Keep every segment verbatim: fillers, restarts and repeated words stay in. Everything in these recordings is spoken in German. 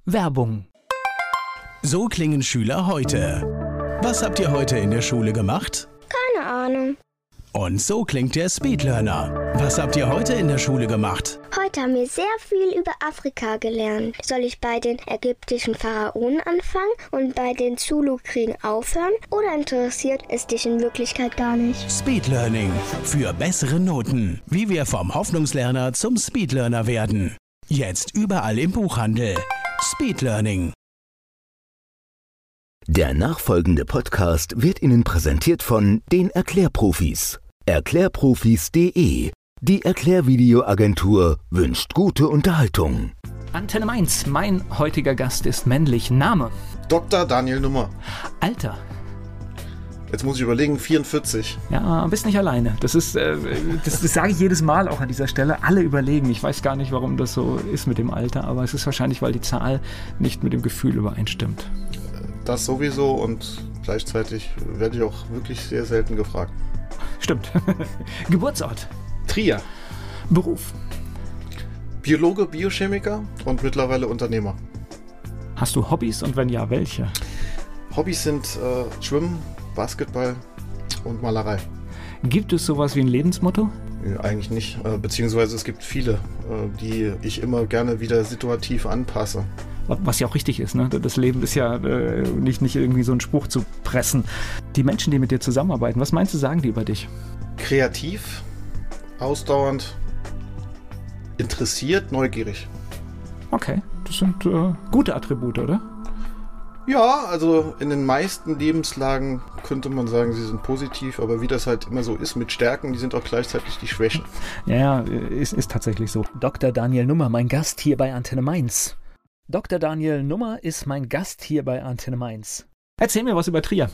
Werbung. So klingen Schüler heute. Was habt ihr heute in der Schule gemacht? Keine Ahnung. Und so klingt der Speedlearner. Was habt ihr heute in der Schule gemacht? Heute haben wir sehr viel über Afrika gelernt. Soll ich bei den ägyptischen Pharaonen anfangen und bei den Zulu-Kriegen aufhören? Oder interessiert es dich in Wirklichkeit gar nicht? Speedlearning. Für bessere Noten. Wie wir vom Hoffnungslerner zum Speedlearner werden. Jetzt überall im Buchhandel. Speedlearning. Der nachfolgende Podcast wird Ihnen präsentiert von den Erklärprofis. Erklärprofis punkt de. Die Erklärvideoagentur wünscht gute Unterhaltung. Antenne Mainz, mein heutiger Gast ist männlich. Name? Doktor Daniel Nummer. Alter? Jetzt muss ich überlegen, vierundvierzig. Ja, bist nicht alleine. Das ist, äh, das, das sage ich jedes Mal auch an dieser Stelle. Alle überlegen. Ich weiß gar nicht, warum das so ist mit dem Alter, aber es ist wahrscheinlich, weil die Zahl nicht mit dem Gefühl übereinstimmt. Das sowieso und gleichzeitig werde ich auch wirklich sehr selten gefragt. Stimmt. Geburtsort? Trier. Beruf? Biologe, Biochemiker und mittlerweile Unternehmer. Hast du Hobbys und wenn ja, welche? Hobbys sind äh, Schwimmen, Basketball und Malerei. Gibt es sowas wie ein Lebensmotto? Ja, eigentlich nicht, äh, beziehungsweise es gibt viele, äh, die ich immer gerne wieder situativ anpasse. Was ja auch richtig ist, ne? Das Leben ist ja äh, nicht, nicht irgendwie so einen Spruch zu pressen. Die Menschen, die mit dir zusammenarbeiten, was meinst du, sagen die über dich? Kreativ, ausdauernd, interessiert, neugierig. Okay, das sind äh, gute Attribute, oder? Ja, also in den meisten Lebenslagen könnte man sagen, sie sind positiv, aber wie das halt immer so ist mit Stärken, die sind auch gleichzeitig die Schwächen. Ja, ja, ist, ist tatsächlich so. Doktor Daniel Nummer, mein Gast hier bei Antenne Mainz. Doktor Daniel Nummer ist mein Gast hier bei Antenne Mainz. Erzähl mir was über Trier.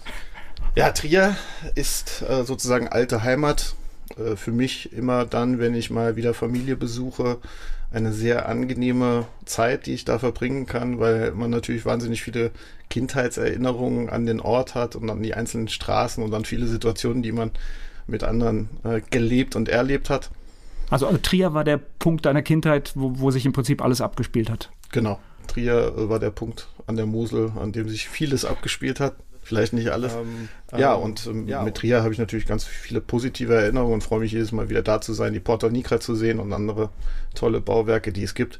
Ja, Trier ist äh, sozusagen alte Heimat. Äh, für mich immer dann, wenn ich mal wieder Familie besuche, eine sehr angenehme Zeit, die ich da verbringen kann, weil man natürlich wahnsinnig viele Kindheitserinnerungen an den Ort hat und an die einzelnen Straßen und an viele Situationen, die man mit anderen äh, gelebt und erlebt hat. Also, also Trier war der Punkt deiner Kindheit, wo, wo sich im Prinzip alles abgespielt hat. Genau. Trier äh, war der Punkt an der Mosel, an dem sich vieles abgespielt hat. Vielleicht nicht alles. Ähm, ja, ähm, und ähm, ja, mit Trier habe ich natürlich ganz viele positive Erinnerungen und freue mich jedes Mal wieder da zu sein, die Porta Nigra zu sehen und andere tolle Bauwerke, die es gibt.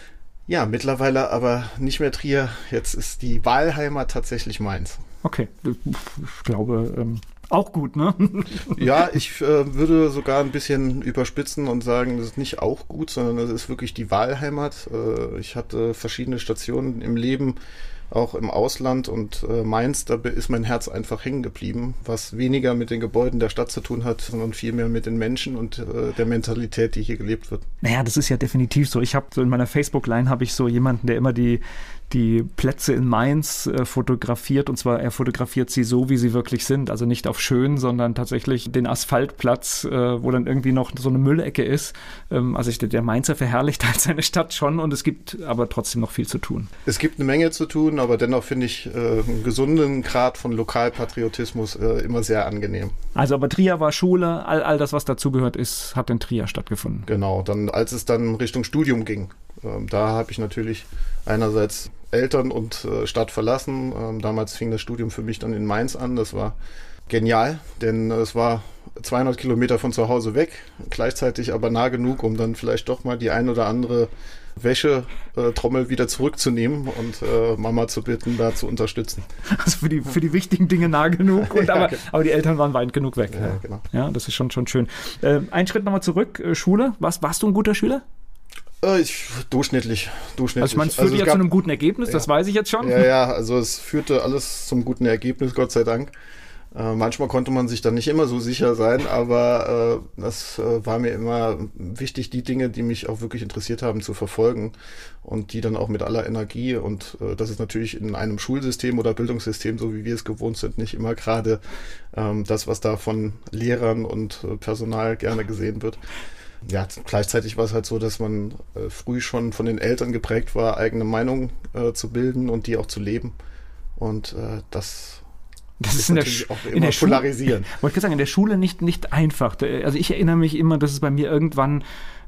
Ja, mittlerweile aber nicht mehr Trier. Jetzt ist die Wahlheimat tatsächlich Mainz. Okay, ich glaube, ähm, auch gut, ne? Ja, ich äh, würde sogar ein bisschen überspitzen und sagen, das ist nicht auch gut, sondern das ist wirklich die Wahlheimat. Äh, ich hatte verschiedene Stationen im Leben, auch im Ausland und äh, Mainz, da ist mein Herz einfach hängen geblieben, was weniger mit den Gebäuden der Stadt zu tun hat, sondern vielmehr mit den Menschen und äh, der Mentalität, die hier gelebt wird. Naja, das ist ja definitiv so. Ich habe so in meiner Facebook-Line habe ich so jemanden, der immer die die Plätze in Mainz äh, fotografiert, und zwar er fotografiert sie so, wie sie wirklich sind, also nicht auf schön, sondern tatsächlich den Asphaltplatz, äh, wo dann irgendwie noch so eine Müllecke ist. Ähm, also ich, der Mainzer verherrlicht halt seine Stadt schon und es gibt aber trotzdem noch viel zu tun. Es gibt eine Menge zu tun, aber dennoch finde ich äh, einen gesunden Grad von Lokalpatriotismus äh, immer sehr angenehm. Also aber Trier war Schule, all, all das, was dazugehört ist, hat in Trier stattgefunden. Genau, dann als es dann Richtung Studium ging, ähm, da habe ich natürlich einerseits Eltern und äh, Stadt verlassen. Ähm, damals fing das Studium für mich dann in Mainz an. Das war genial, denn äh, es war zweihundert Kilometer von zu Hause weg, gleichzeitig aber nah genug, um dann vielleicht doch mal die ein oder andere Wäschetrommel wieder zurückzunehmen und äh, Mama zu bitten, da zu unterstützen. Also für die, für die wichtigen Dinge nah genug, und ja, aber, genau. aber die Eltern waren weit genug weg. Ja, genau. Ja, das ist schon, schon schön. Äh, ein Schritt nochmal zurück, äh, Schule. Was, warst du ein guter Schüler? Ich, durchschnittlich, durchschnittlich. Also ich meine, es führte also es ja gab, zu einem guten Ergebnis, ja, das weiß ich jetzt schon. Ja, ja, also es führte alles zum guten Ergebnis, Gott sei Dank. Äh, manchmal konnte man sich dann nicht immer so sicher sein, aber äh, das äh, war mir immer wichtig, die Dinge, die mich auch wirklich interessiert haben, zu verfolgen und die dann auch mit aller Energie, und äh, das ist natürlich in einem Schulsystem oder Bildungssystem, so wie wir es gewohnt sind, nicht immer gerade ähm, das, was da von Lehrern und äh, Personal gerne gesehen wird. Ja, gleichzeitig war es halt so, dass man äh, früh schon von den Eltern geprägt war, eigene Meinung äh, zu bilden und die auch zu leben. Und äh, das, das ist in der, natürlich auch immer in der polarisieren. Schule, wollte ich sagen, in der Schule nicht, nicht einfach. Also ich erinnere mich immer, dass es bei mir irgendwann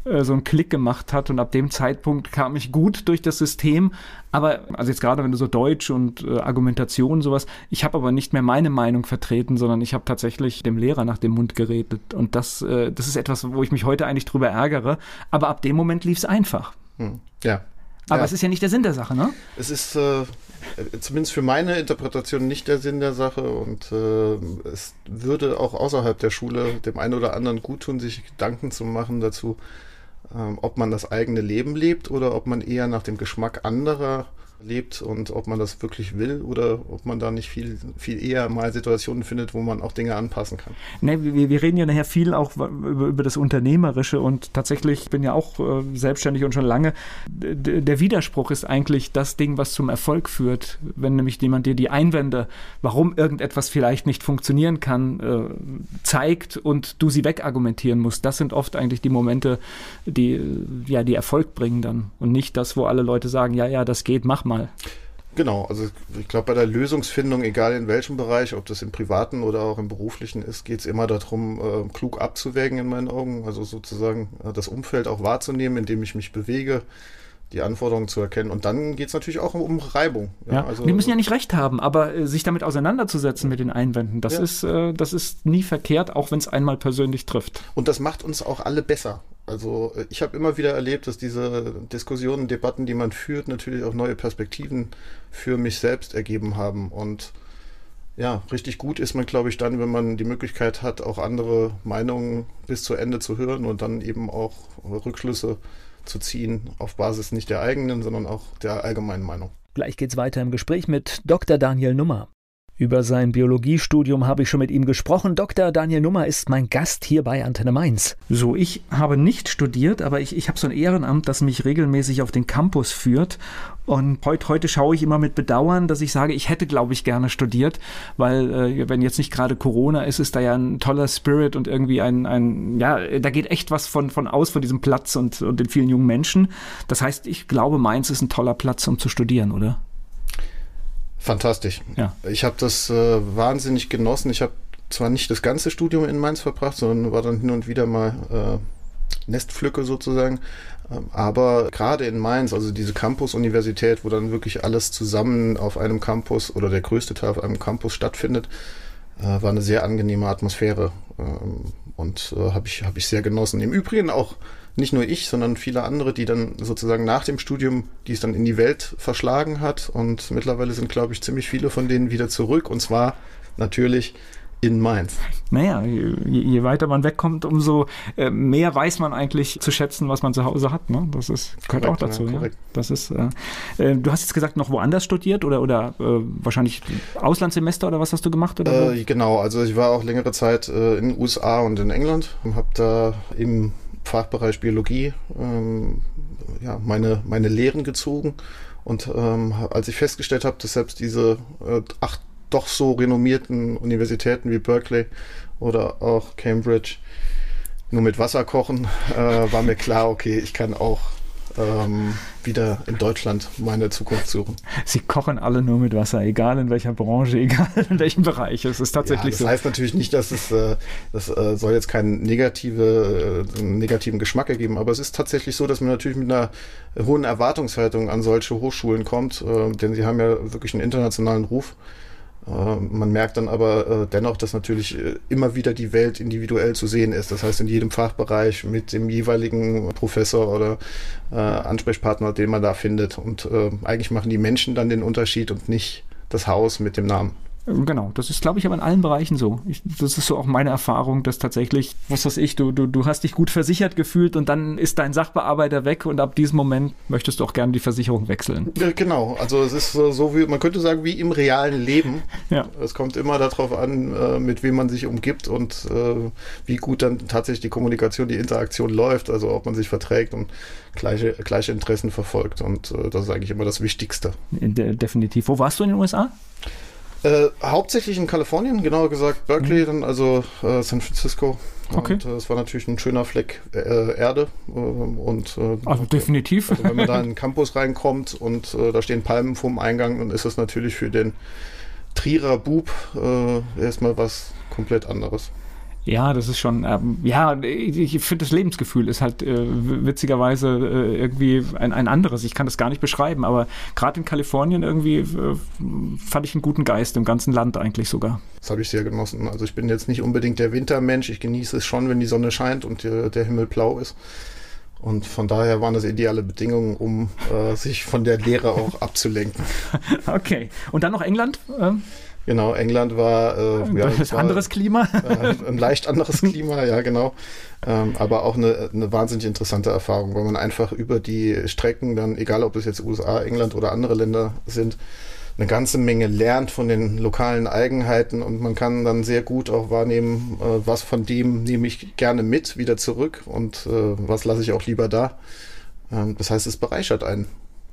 äh, so einen Klick gemacht hat und ab dem Zeitpunkt kam ich gut durch das System. Aber, also jetzt gerade wenn du so Deutsch und äh, Argumentation und sowas, ich habe aber nicht mehr meine Meinung vertreten, sondern ich habe tatsächlich dem Lehrer nach dem Mund geredet. Und das, äh, das ist etwas, wo ich mich heute eigentlich drüber ärgere. Aber ab dem Moment lief es einfach. Hm. Ja. Aber ja. es ist ja nicht der Sinn der Sache, ne? Es ist äh, zumindest für meine Interpretation nicht der Sinn der Sache und äh, es würde auch außerhalb der Schule dem einen oder anderen gut tun, sich Gedanken zu machen dazu, ähm, ob man das eigene Leben lebt oder ob man eher nach dem Geschmack anderer lebt und ob man das wirklich will oder ob man da nicht viel, viel eher mal Situationen findet, wo man auch Dinge anpassen kann. Ne, wir, wir reden ja nachher viel auch über, über das Unternehmerische und tatsächlich, ich bin ja auch äh, selbstständig und schon lange, d- der Widerspruch ist eigentlich das Ding, was zum Erfolg führt. Wenn nämlich jemand dir die Einwände, warum irgendetwas vielleicht nicht funktionieren kann, äh, zeigt und du sie wegargumentieren musst, das sind oft eigentlich die Momente, die, ja, die Erfolg bringen dann und nicht das, wo alle Leute sagen, ja, ja, das geht, mach mal. Genau, also ich glaube, bei der Lösungsfindung, egal in welchem Bereich, ob das im privaten oder auch im beruflichen ist, geht es immer darum, äh, klug abzuwägen in meinen Augen, also sozusagen äh, das Umfeld auch wahrzunehmen, in dem ich mich bewege, die Anforderungen zu erkennen. Und dann geht es natürlich auch um, um Reibung. Ja, ja. Also, die müssen ja nicht recht haben, aber äh, sich damit auseinanderzusetzen mit den Einwänden, das, ja. ist, äh, das ist nie verkehrt, auch wenn es einmal persönlich trifft. Und das macht uns auch alle besser. Also ich habe immer wieder erlebt, dass diese Diskussionen, Debatten, die man führt, natürlich auch neue Perspektiven für mich selbst ergeben haben. Und ja, richtig gut ist man, glaube ich, dann, wenn man die Möglichkeit hat, auch andere Meinungen bis zu Ende zu hören und dann eben auch Rückschlüsse zu ziehen auf Basis nicht der eigenen, sondern auch der allgemeinen Meinung. Gleich geht's weiter im Gespräch mit Doktor Daniel Nummer. Über sein Biologiestudium habe ich schon mit ihm gesprochen. Doktor Daniel Nummer ist mein Gast hier bei Antenne Mainz. So, ich habe nicht studiert, aber ich, ich habe so ein Ehrenamt, das mich regelmäßig auf den Campus führt. Und heute, heute schaue ich immer mit Bedauern, dass ich sage, ich hätte, glaube ich, gerne studiert, weil äh, wenn jetzt nicht gerade Corona ist, ist da ja ein toller Spirit und irgendwie ein, ein ja, da geht echt was von, von aus, von diesem Platz und, und den vielen jungen Menschen. Das heißt, ich glaube, Mainz ist ein toller Platz, um zu studieren, oder? Fantastisch. Ja. Ich habe das äh, wahnsinnig genossen. Ich habe zwar nicht das ganze Studium in Mainz verbracht, sondern war dann hin und wieder mal äh, Nestpflücke sozusagen. Ähm, aber gerade in Mainz, also diese Campus-Universität, wo dann wirklich alles zusammen auf einem Campus oder der größte Teil auf einem Campus stattfindet, äh, war eine sehr angenehme Atmosphäre. Ähm, und äh, habe ich, hab ich sehr genossen. Im Übrigen auch nicht nur ich, sondern viele andere, die dann sozusagen nach dem Studium, die es dann in die Welt verschlagen hat. Und mittlerweile sind, glaube ich, ziemlich viele von denen wieder zurück. Und zwar natürlich in Mainz. Naja, je, je weiter man wegkommt, umso äh, mehr weiß man eigentlich zu schätzen, was man zu Hause hat. Ne? Das ist, gehört Korrekt, auch dazu. Ja, ja. Das ist, äh, äh, du hast jetzt gesagt, noch woanders studiert oder, oder äh, wahrscheinlich Auslandssemester oder was hast du gemacht? Oder äh, genau, also ich war auch längere Zeit äh, in den U S A und in England und habe da im Fachbereich Biologie ähm, ja, meine, meine Lehren gezogen. Und ähm, als ich festgestellt habe, dass selbst diese äh, acht doch so renommierten Universitäten wie Berkeley oder auch Cambridge nur mit Wasser kochen, äh, war mir klar, okay, ich kann auch ähm, wieder in Deutschland meine Zukunft suchen. Sie kochen alle nur mit Wasser, egal in welcher Branche, egal in welchem Bereich. Es ist tatsächlich ja, das so. Das heißt natürlich nicht, dass es äh, das äh, soll jetzt keinen negative, äh, negativen Geschmack ergeben, aber es ist tatsächlich so, dass man natürlich mit einer hohen Erwartungshaltung an solche Hochschulen kommt, äh, denn sie haben ja wirklich einen internationalen Ruf. Man merkt dann aber äh, dennoch, dass natürlich äh, immer wieder die Welt individuell zu sehen ist. Das heißt, in jedem Fachbereich mit dem jeweiligen Professor oder äh, Ansprechpartner, den man da findet. Und äh, eigentlich machen die Menschen dann den Unterschied und nicht das Haus mit dem Namen. Genau, das ist, glaube ich, aber in allen Bereichen so. Ich, das ist so auch meine Erfahrung, dass tatsächlich, was weiß ich, du, du, du hast dich gut versichert gefühlt und dann ist dein Sachbearbeiter weg und ab diesem Moment möchtest du auch gerne die Versicherung wechseln. Ja, genau, also es ist so, so wie, man könnte sagen, wie im realen Leben. Ja. Es kommt immer darauf an, mit wem man sich umgibt und wie gut dann tatsächlich die Kommunikation, die Interaktion läuft, also ob man sich verträgt und gleiche, gleiche Interessen verfolgt. Und das ist eigentlich immer das Wichtigste. De- definitiv. Wo warst du in den U S A? Äh, hauptsächlich in Kalifornien, genauer gesagt Berkeley, mhm. dann also äh, San Francisco. Okay. Und es äh, war natürlich ein schöner Fleck äh, Erde. Äh, und, äh, also definitiv. Also wenn man da in den Campus reinkommt und äh, da stehen Palmen vorm Eingang, dann ist das natürlich für den Trierer Bub äh, erstmal was komplett anderes. Ja, das ist schon, ähm, ja, ich, ich finde, das Lebensgefühl ist halt äh, witzigerweise äh, irgendwie ein, ein anderes. Ich kann das gar nicht beschreiben, aber gerade in Kalifornien irgendwie äh, fand ich einen guten Geist, im ganzen Land eigentlich sogar. Das habe ich sehr genossen. Also ich bin jetzt nicht unbedingt der Wintermensch. Ich genieße es schon, wenn die Sonne scheint und der, der Himmel blau ist. Und von daher waren das ideale Bedingungen, um äh, sich von der Leere auch abzulenken. Okay. Und dann noch England? Ähm Genau, England war, äh, ja, ein anderes Klima. Äh, ein leicht anderes Klima, ja genau. Ähm, aber auch eine, eine wahnsinnig interessante Erfahrung, weil man einfach über die Strecken dann, egal ob es jetzt U S A, England oder andere Länder sind, eine ganze Menge lernt von den lokalen Eigenheiten und man kann dann sehr gut auch wahrnehmen, äh, was von dem nehme ich gerne mit, wieder zurück und äh, was lasse ich auch lieber da. Ähm, das heißt, es bereichert einen.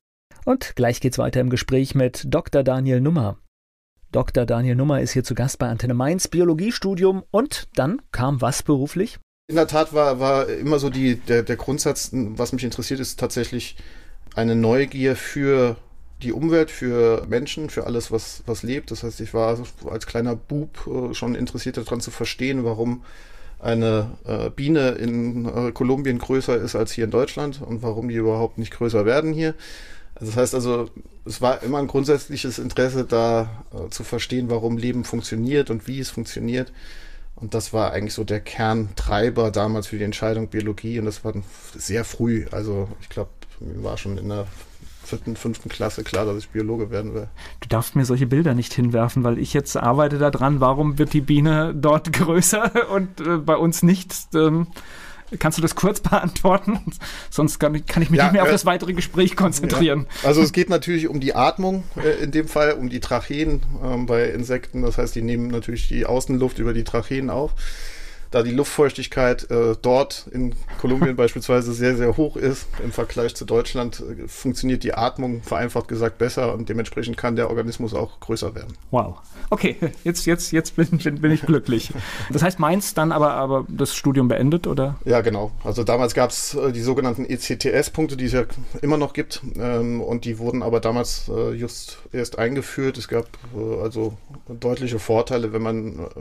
Und gleich geht's weiter im Gespräch mit Doktor Daniel Nummer. Doktor Daniel Nummer ist hier zu Gast bei Antenne Mainz, Biologiestudium. Und dann kam was beruflich? In der Tat war, war immer so die, der, der Grundsatz, was mich interessiert, ist tatsächlich eine Neugier für die Umwelt, für Menschen, für alles, was, was lebt. Das heißt, ich war als kleiner Bub äh, schon interessiert daran zu verstehen, warum eine äh, Biene in äh, Kolumbien größer ist als hier in Deutschland und warum die überhaupt nicht größer werden hier. Das heißt also, es war immer ein grundsätzliches Interesse da äh, zu verstehen, warum Leben funktioniert und wie es funktioniert. Und das war eigentlich so der Kerntreiber damals für die Entscheidung Biologie. Und das war sehr früh. Also ich glaube, mir war schon in der vierten, fünften Klasse klar, dass ich Biologe werden will. Du darfst mir solche Bilder nicht hinwerfen, weil ich jetzt arbeite daran, warum wird die Biene dort größer und äh, bei uns nicht. Ähm Kannst du das kurz beantworten? Sonst kann ich, kann ich mich ja, nicht mehr äh, auf das weitere Gespräch konzentrieren. Ja. Also es geht natürlich um die Atmung, äh, in dem Fall um die Tracheen äh, bei Insekten. Das heißt, die nehmen natürlich die Außenluft über die Tracheen auf. Da die Luftfeuchtigkeit äh, dort in Kolumbien beispielsweise sehr, sehr hoch ist im Vergleich zu Deutschland, äh, funktioniert die Atmung vereinfacht gesagt besser und dementsprechend kann der Organismus auch größer werden. Wow. Okay, jetzt, jetzt, jetzt bin, bin, bin ich glücklich. Das heißt, Mainz dann aber, aber das Studium beendet, oder? Ja, genau. Also damals gab es äh, die sogenannten E C T S-Punkte, die es ja immer noch gibt. Ähm, und die wurden aber damals äh, just erst eingeführt. Es gab äh, also deutliche Vorteile, wenn man äh,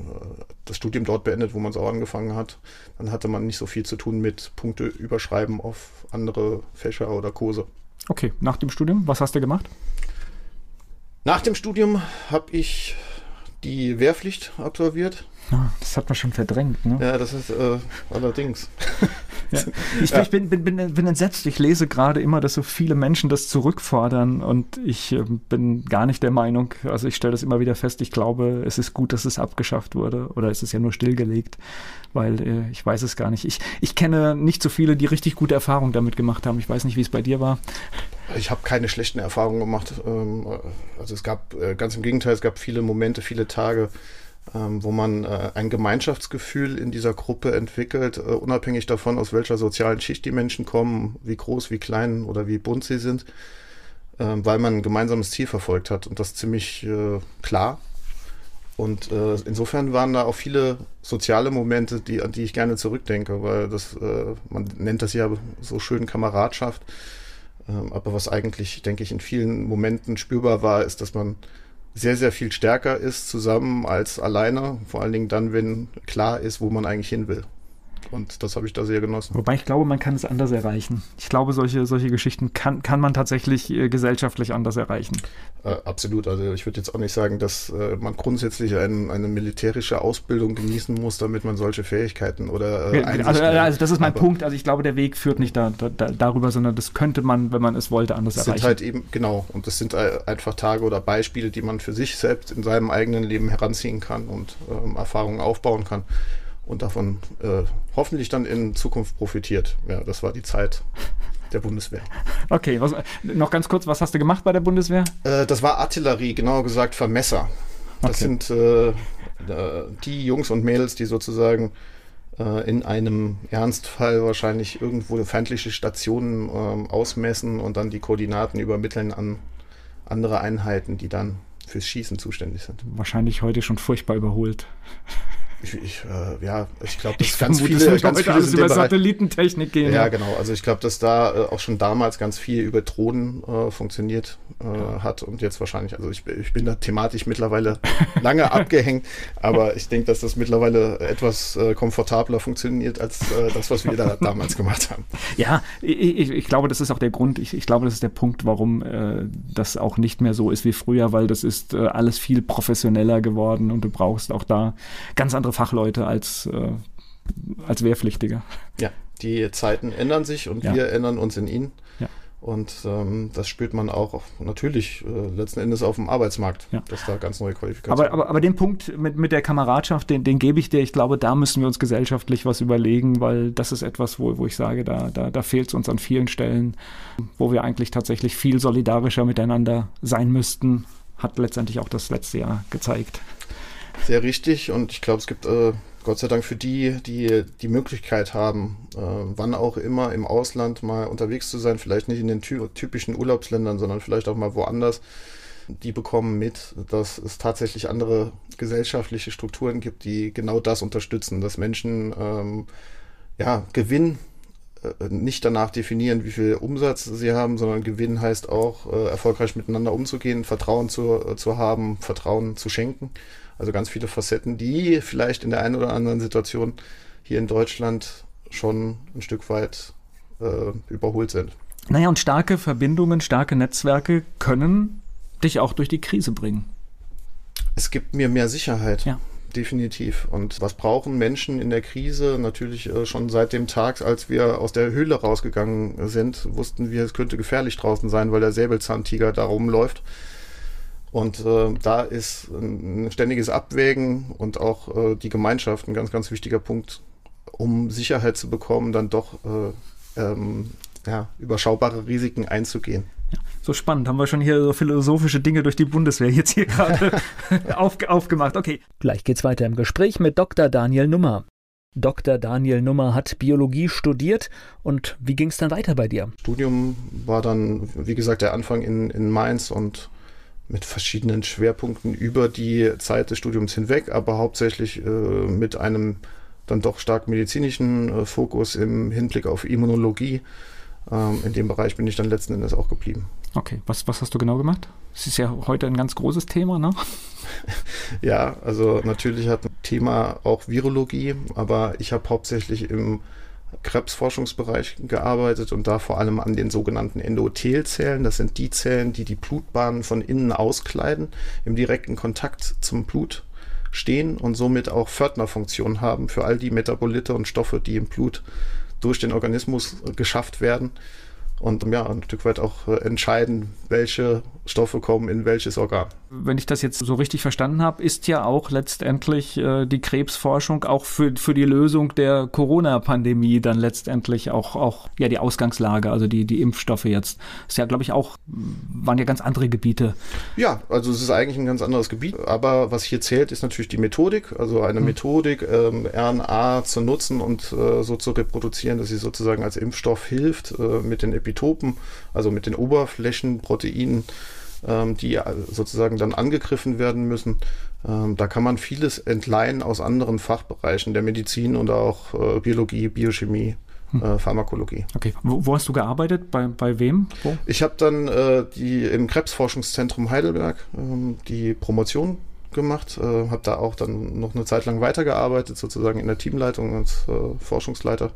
das Studium dort beendet, wo man es auch angefangen hat. Dann hatte man nicht so viel zu tun mit Punkte überschreiben auf andere Fächer oder Kurse. Okay, nach dem Studium, was hast du gemacht? Nach dem Studium habe ich die Wehrpflicht absolviert. Das hat man schon verdrängt, ne? Ja, das ist äh, allerdings. Ja. Ich, ja. ich bin, bin, bin, bin entsetzt. Ich lese gerade immer, dass so viele Menschen das zurückfordern und ich äh, bin gar nicht der Meinung, also ich stelle das immer wieder fest, ich glaube, es ist gut, dass es abgeschafft wurde oder es ist ja nur stillgelegt, weil äh, ich weiß es gar nicht. Ich, ich kenne nicht so viele, die richtig gute Erfahrungen damit gemacht haben. Ich weiß nicht, wie es bei dir war. Ich habe keine schlechten Erfahrungen gemacht. Also es gab, ganz im Gegenteil, es gab viele Momente, viele Tage, wo man ein Gemeinschaftsgefühl in dieser Gruppe entwickelt, unabhängig davon, aus welcher sozialen Schicht die Menschen kommen, wie groß, wie klein oder wie bunt sie sind, weil man ein gemeinsames Ziel verfolgt hat und das ziemlich klar. Und insofern waren da auch viele soziale Momente, die, an die ich gerne zurückdenke, weil das, man nennt das ja so schön Kameradschaft. Aber was eigentlich, denke ich, in vielen Momenten spürbar war, ist, dass man sehr, sehr viel stärker ist zusammen als alleine. Vor allen Dingen dann, wenn klar ist, wo man eigentlich hin will. Und das habe ich da sehr genossen. Wobei ich glaube, man kann es anders erreichen. Ich glaube, solche, solche Geschichten kann, kann man tatsächlich äh, gesellschaftlich anders erreichen. Äh, absolut. Also ich würde jetzt auch nicht sagen, dass äh, man grundsätzlich ein, eine militärische Ausbildung genießen muss, damit man solche Fähigkeiten oder äh, also, also, also das ist mein Aber Punkt. Also ich glaube, der Weg führt nicht da, da, darüber, sondern das könnte man, wenn man es wollte, anders erreichen. Das sind halt eben, genau. Und das sind einfach Tage oder Beispiele, die man für sich selbst in seinem eigenen Leben heranziehen kann und ähm, Erfahrungen aufbauen kann. Und davon äh, hoffentlich dann in Zukunft profitiert. Ja, das war die Zeit der Bundeswehr. Okay, was, noch ganz kurz, was hast du gemacht bei der Bundeswehr? Äh, das war Artillerie, genauer gesagt Vermesser. Das okay. sind äh, die Jungs und Mädels, die sozusagen äh, in einem Ernstfall wahrscheinlich irgendwo feindliche Stationen äh, ausmessen und dann die Koordinaten übermitteln an andere Einheiten, die dann fürs Schießen zuständig sind. Wahrscheinlich heute schon furchtbar überholt. Ich, ich, äh, ja, ich glaube, dass ich ganz vermute, viele, es ganz heute viele alles sind über Bereich, Satellitentechnik gehen. ja, Ja, genau. Also ich glaube, dass da äh, auch schon damals ganz viel über Drohnen äh, funktioniert äh, ja. hat und jetzt wahrscheinlich, also ich, ich bin da thematisch mittlerweile lange abgehängt, aber ich denke, dass das mittlerweile etwas äh, komfortabler funktioniert als äh, das, was wir da damals gemacht haben. Ja, ich, ich, ich glaube, das ist auch der Grund, ich, ich glaube, das ist der Punkt, warum äh, das auch nicht mehr so ist wie früher, weil das ist äh, alles viel professioneller geworden und du brauchst auch da ganz andere Fachleute als, äh, als Wehrpflichtige. Ja, die Zeiten ändern sich und ja. wir ändern uns in ihnen. Ja. Und ähm, das spürt man auch natürlich äh, letzten Endes auf dem Arbeitsmarkt, ja. dass da ganz neue Qualifikationen aber, aber, aber den Punkt mit, mit der Kameradschaft, den, den gebe ich dir. Ich glaube, da müssen wir uns gesellschaftlich was überlegen, weil das ist etwas, wo, wo ich sage, da, da, da fehlt es uns an vielen Stellen, wo wir eigentlich tatsächlich viel solidarischer miteinander sein müssten. Hat letztendlich auch das letzte Jahr gezeigt. Sehr richtig, und ich glaube, es gibt äh, Gott sei Dank für die, die die Möglichkeit haben, äh, wann auch immer im Ausland mal unterwegs zu sein, vielleicht nicht in den ty- typischen Urlaubsländern, sondern vielleicht auch mal woanders, die bekommen mit, dass es tatsächlich andere gesellschaftliche Strukturen gibt, die genau das unterstützen, dass Menschen ähm, ja, Gewinn äh, nicht danach definieren, wie viel Umsatz sie haben, sondern Gewinn heißt auch, äh, erfolgreich miteinander umzugehen, Vertrauen zu, äh, zu haben, Vertrauen zu schenken. Also ganz viele Facetten, die vielleicht in der einen oder anderen Situation hier in Deutschland schon ein Stück weit äh, überholt sind. Naja, und starke Verbindungen, starke Netzwerke können dich auch durch die Krise bringen. Es gibt mir mehr Sicherheit, ja. definitiv. Und was brauchen Menschen in der Krise? Natürlich äh, schon seit dem Tag, als wir aus der Höhle rausgegangen sind, wussten wir, es könnte gefährlich draußen sein, weil der Säbelzahntiger da rumläuft. Und äh, da ist ein ständiges Abwägen und auch äh, die Gemeinschaft ein ganz, ganz wichtiger Punkt, um Sicherheit zu bekommen, dann doch äh, ähm, ja, überschaubare Risiken einzugehen. Ja, so spannend. Haben wir schon hier so philosophische Dinge durch die Bundeswehr jetzt hier gerade auf, aufgemacht. Okay. Gleich geht's weiter im Gespräch mit Doktor Daniel Nummer. Doktor Daniel Nummer hat Biologie studiert. Und wie ging es dann weiter bei dir? Studium war dann, wie gesagt, der Anfang in, in Mainz und mit verschiedenen Schwerpunkten über die Zeit des Studiums hinweg, aber hauptsächlich äh, mit einem dann doch stark medizinischen äh, Fokus im Hinblick auf Immunologie. Ähm, in dem Bereich bin ich dann letzten Endes auch geblieben. Okay, was, was hast du genau gemacht? Das ist ja heute ein ganz großes Thema, ne? Ja, also natürlich hat ein Thema auch Virologie, aber ich habe hauptsächlich im Krebsforschungsbereich gearbeitet und da vor allem an den sogenannten Endothelzellen. Das sind die Zellen, die die Blutbahnen von innen auskleiden, im direkten Kontakt zum Blut stehen und somit auch Pförtnerfunktion haben für all die Metabolite und Stoffe, die im Blut durch den Organismus geschafft werden. Und ja, ein Stück weit auch äh, entscheiden, welche Stoffe kommen in welches Organ. Wenn ich das jetzt so richtig verstanden habe, ist ja auch letztendlich äh, die Krebsforschung auch für, für die Lösung der Corona-Pandemie dann letztendlich auch, auch ja, die Ausgangslage, also die, die Impfstoffe jetzt. Ist ja, glaube ich, auch, waren ja ganz andere Gebiete. Ja, also es ist eigentlich ein ganz anderes Gebiet, aber was hier zählt, ist natürlich die Methodik, also eine mhm. Methodik, ähm, R N A zu nutzen und äh, so zu reproduzieren, dass sie sozusagen als Impfstoff hilft, äh, mit den Epitopen, also mit den Oberflächenproteinen, ähm, die sozusagen dann angegriffen werden müssen. Ähm, da kann man vieles entleihen aus anderen Fachbereichen der Medizin und auch äh, Biologie, Biochemie, hm. äh, Pharmakologie. Okay, wo, wo hast du gearbeitet? Bei, bei wem? Wo? Ich habe dann äh, die im Krebsforschungszentrum Heidelberg ähm, die Promotion gemacht, äh, habe da auch dann noch eine Zeit lang weitergearbeitet, sozusagen in der Teamleitung als äh, Forschungsleiter.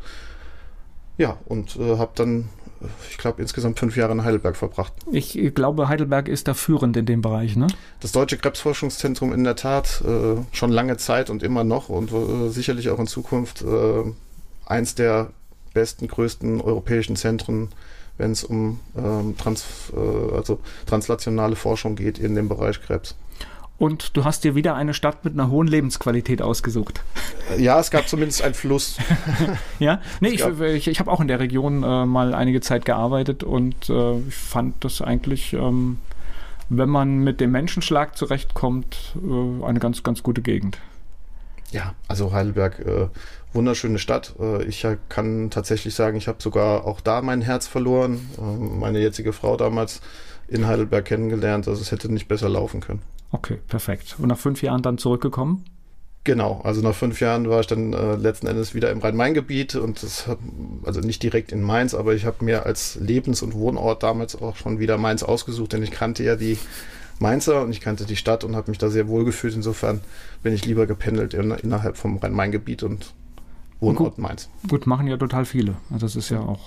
Ja, und äh, habe dann, ich glaube, insgesamt fünf Jahre in Heidelberg verbracht. Ich glaube, Heidelberg ist da führend in dem Bereich, ne? Das Deutsche Krebsforschungszentrum in der Tat äh, schon lange Zeit und immer noch und äh, sicherlich auch in Zukunft äh, eins der besten, größten europäischen Zentren, wenn es um ähm, trans, äh, also translationale Forschung geht in dem Bereich Krebs. Und du hast dir wieder eine Stadt mit einer hohen Lebensqualität ausgesucht. Ja, es gab zumindest einen Fluss. Ja, nee, ich, ich, ich habe auch in der Region äh, mal einige Zeit gearbeitet und äh, ich fand das eigentlich, ähm, wenn man mit dem Menschenschlag zurechtkommt, äh, eine ganz, ganz gute Gegend. Ja, also Heidelberg, äh, wunderschöne Stadt. Äh, ich kann tatsächlich sagen, ich habe sogar auch da mein Herz verloren. Äh, meine jetzige Frau damals in Heidelberg kennengelernt, also es hätte nicht besser laufen können. Okay, perfekt. Und nach fünf Jahren dann zurückgekommen? Genau, also nach fünf Jahren war ich dann äh, letzten Endes wieder im Rhein-Main-Gebiet und das hat, also nicht direkt in Mainz, aber ich habe mir als Lebens- und Wohnort damals auch schon wieder Mainz ausgesucht, denn ich kannte ja die Mainzer und ich kannte die Stadt und habe mich da sehr wohl gefühlt. Insofern bin ich lieber gependelt in, innerhalb vom Rhein-Main-Gebiet und Wohnort gut, Mainz. Gut, machen ja total viele. Also das ist ja auch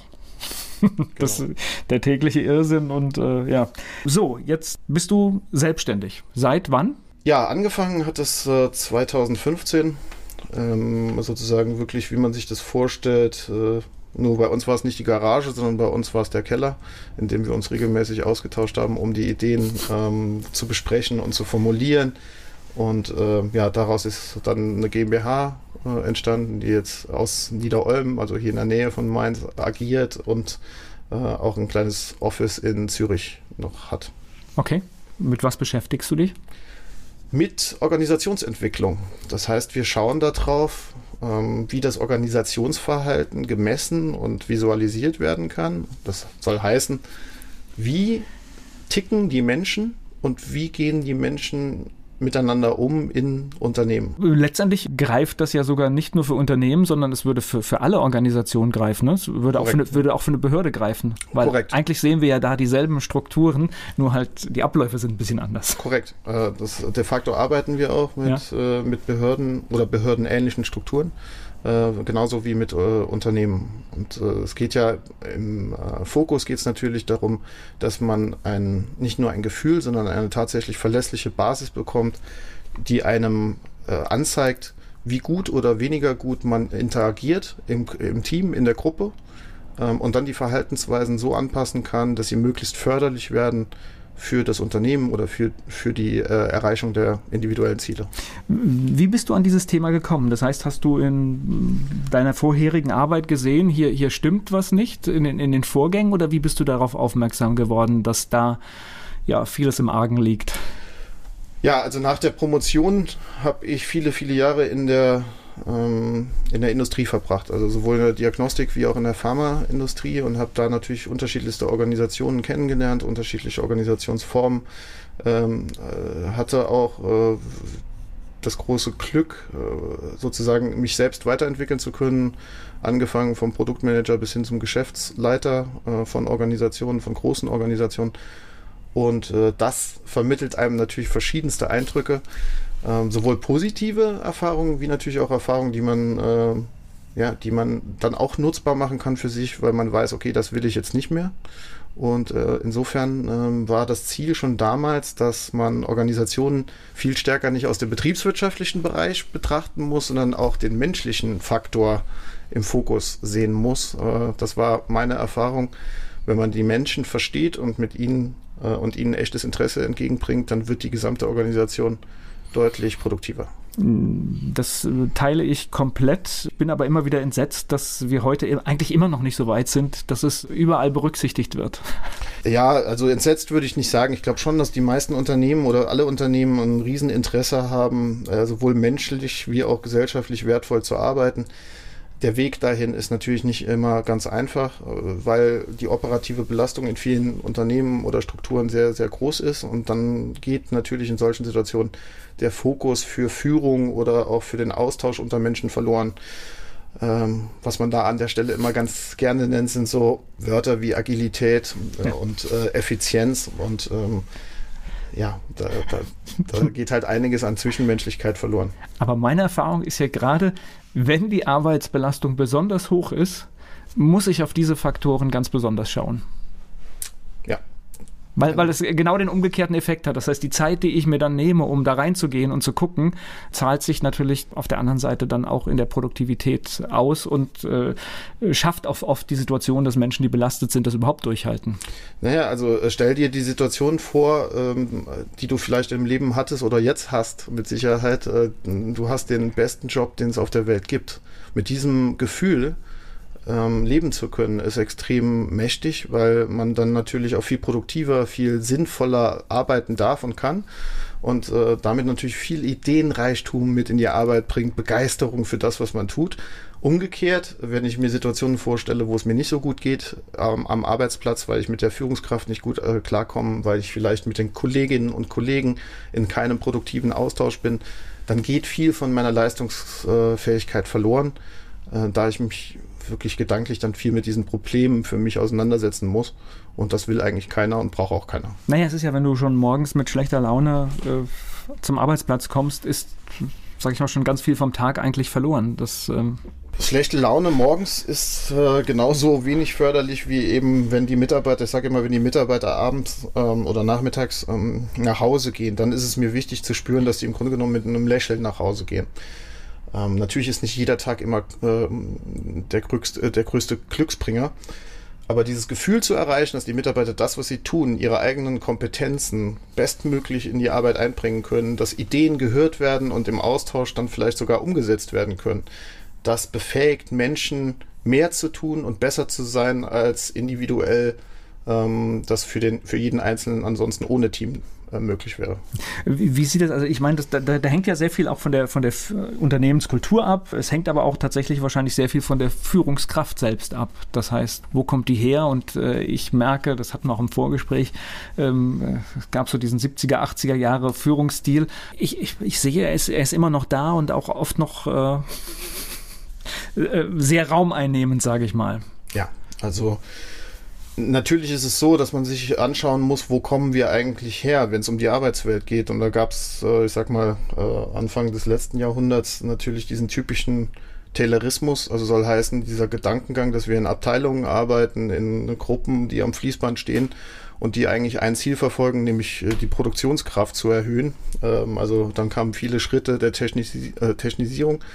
das, genau. Der tägliche Irrsinn und äh, ja. So, jetzt bist du selbstständig. Seit wann? Ja, angefangen hat es äh, zweitausendfünfzehn, ähm, sozusagen wirklich, wie man sich das vorstellt. Äh, nur bei uns war es nicht die Garage, sondern bei uns war es der Keller, in dem wir uns regelmäßig ausgetauscht haben, um die Ideen ähm, zu besprechen und zu formulieren. Und äh, ja, daraus ist dann eine GmbH äh, entstanden, die jetzt aus Niederolm, also hier in der Nähe von Mainz, agiert und äh, auch ein kleines Office in Zürich noch hat. Okay, mit was beschäftigst du dich? Mit Organisationsentwicklung. Das heißt, wir schauen darauf, ähm, wie das Organisationsverhalten gemessen und visualisiert werden kann. Das soll heißen, wie ticken die Menschen und wie gehen die Menschen miteinander um in Unternehmen. Letztendlich greift das ja sogar nicht nur für Unternehmen, sondern es würde für, für alle Organisationen greifen. Ne? Es würde auch, für eine, würde auch für eine Behörde greifen. Weil Korrekt. Eigentlich sehen wir ja da dieselben Strukturen, nur halt die Abläufe sind ein bisschen anders. Korrekt. Das, de facto arbeiten wir auch mit, ja. äh, mit Behörden oder behördenähnlichen Strukturen. Äh, genauso wie mit äh, Unternehmen. Und äh, es geht ja im äh, Fokus geht es natürlich darum, dass man ein, nicht nur ein Gefühl, sondern eine tatsächlich verlässliche Basis bekommt, die einem äh, anzeigt, wie gut oder weniger gut man interagiert im, im Team, in der Gruppe ähm, und dann die Verhaltensweisen so anpassen kann, dass sie möglichst förderlich werden für das Unternehmen oder für, für die äh, Erreichung der individuellen Ziele. Wie bist du an dieses Thema gekommen? Das heißt, hast du in deiner vorherigen Arbeit gesehen, hier, hier stimmt was nicht in, in, in den Vorgängen oder wie bist du darauf aufmerksam geworden, dass da ja vieles im Argen liegt? Ja, also nach der Promotion habe ich viele, viele Jahre in der in der Industrie verbracht, also sowohl in der Diagnostik wie auch in der Pharmaindustrie und habe da natürlich unterschiedlichste Organisationen kennengelernt, unterschiedliche Organisationsformen, ähm, äh, hatte auch äh, das große Glück, äh, sozusagen mich selbst weiterentwickeln zu können, angefangen vom Produktmanager bis hin zum Geschäftsleiter äh, von Organisationen, von großen Organisationen und äh, das vermittelt einem natürlich verschiedenste Eindrücke, Ähm, sowohl positive Erfahrungen wie natürlich auch Erfahrungen, die man, äh, ja, die man dann auch nutzbar machen kann für sich, weil man weiß, okay, das will ich jetzt nicht mehr. Und äh, insofern äh, war das Ziel schon damals, dass man Organisationen viel stärker nicht aus dem betriebswirtschaftlichen Bereich betrachten muss, sondern auch den menschlichen Faktor im Fokus sehen muss. Äh, das war meine Erfahrung. Wenn man die Menschen versteht und mit ihnen äh, und ihnen echtes Interesse entgegenbringt, dann wird die gesamte Organisation deutlich produktiver. Das teile ich komplett, bin aber immer wieder entsetzt, dass wir heute eigentlich immer noch nicht so weit sind, dass es überall berücksichtigt wird. Ja, also entsetzt würde ich nicht sagen. Ich glaube schon, dass die meisten Unternehmen oder alle Unternehmen ein Rieseninteresse haben, äh, sowohl menschlich wie auch gesellschaftlich wertvoll zu arbeiten. Der Weg dahin ist natürlich nicht immer ganz einfach, weil die operative Belastung in vielen Unternehmen oder Strukturen sehr, sehr groß ist und dann geht natürlich in solchen Situationen der Fokus für Führung oder auch für den Austausch unter Menschen verloren. Ähm, was man da an der Stelle immer ganz gerne nennt, sind so Wörter wie Agilität äh, ja. und äh, Effizienz und ähm, ja, da, da, da geht halt einiges an Zwischenmenschlichkeit verloren. Aber meine Erfahrung ist ja gerade, wenn die Arbeitsbelastung besonders hoch ist, muss ich auf diese Faktoren ganz besonders schauen. Ja. Weil, weil es genau den umgekehrten Effekt hat. Das heißt, die Zeit, die ich mir dann nehme, um da reinzugehen und zu gucken, zahlt sich natürlich auf der anderen Seite dann auch in der Produktivität aus und äh, schafft oft, oft die Situation, dass Menschen, die belastet sind, das überhaupt durchhalten. Naja, also stell dir die Situation vor, ähm, die du vielleicht im Leben hattest oder jetzt hast, mit Sicherheit. Äh, du hast den besten Job, den es auf der Welt gibt. Mit diesem Gefühl Ähm, leben zu können, ist extrem mächtig, weil man dann natürlich auch viel produktiver, viel sinnvoller arbeiten darf und kann. und äh, damit natürlich viel Ideenreichtum mit in die Arbeit bringt, Begeisterung für das, was man tut. Umgekehrt, wenn ich mir Situationen vorstelle, wo es mir nicht so gut geht ähm, am Arbeitsplatz, weil ich mit der Führungskraft nicht gut äh, klarkomme, weil ich vielleicht mit den Kolleginnen und Kollegen in keinem produktiven Austausch bin, dann geht viel von meiner Leistungsfähigkeit verloren, äh, da ich mich wirklich gedanklich dann viel mit diesen Problemen für mich auseinandersetzen muss. Und das will eigentlich keiner und braucht auch keiner. Naja, es ist ja, wenn du schon morgens mit schlechter Laune äh, zum Arbeitsplatz kommst, ist, sag ich mal, schon ganz viel vom Tag eigentlich verloren. Das ähm Schlechte Laune morgens ist äh, genauso wenig förderlich wie eben, wenn die Mitarbeiter, ich sage immer, wenn die Mitarbeiter abends ähm, oder nachmittags ähm, nach Hause gehen, dann ist es mir wichtig zu spüren, dass die im Grunde genommen mit einem Lächeln nach Hause gehen. Ähm, natürlich ist nicht jeder Tag immer äh, der, größte, der größte Glücksbringer, aber dieses Gefühl zu erreichen, dass die Mitarbeiter das, was sie tun, ihre eigenen Kompetenzen bestmöglich in die Arbeit einbringen können, dass Ideen gehört werden und im Austausch dann vielleicht sogar umgesetzt werden können, das befähigt Menschen, mehr zu tun und besser zu sein, als individuell ähm, das für, den, für jeden Einzelnen ansonsten ohne Team äh, möglich wäre. Wie, wie sieht das, also ich meine, das, da, da hängt ja sehr viel auch von der, von der Unternehmenskultur ab. Es hängt aber auch tatsächlich wahrscheinlich sehr viel von der Führungskraft selbst ab. Das heißt, wo kommt die her? Und äh, ich merke, das hatten wir auch im Vorgespräch, ähm, es gab so diesen siebziger, achtziger Jahre Führungsstil. Ich, ich, ich sehe, er ist, er ist immer noch da und auch oft noch äh, sehr raumeinnehmend, sage ich mal. Ja, also natürlich ist es so, dass man sich anschauen muss, wo kommen wir eigentlich her, wenn es um die Arbeitswelt geht. Und da gab es, äh, ich sag mal, äh, Anfang des letzten Jahrhunderts natürlich diesen typischen Taylorismus, also soll heißen, dieser Gedankengang, dass wir in Abteilungen arbeiten, in Gruppen, die am Fließband stehen und die eigentlich ein Ziel verfolgen, nämlich äh, die Produktionskraft zu erhöhen. Ähm, also dann kamen viele Schritte der Technisi- äh, Technisierung,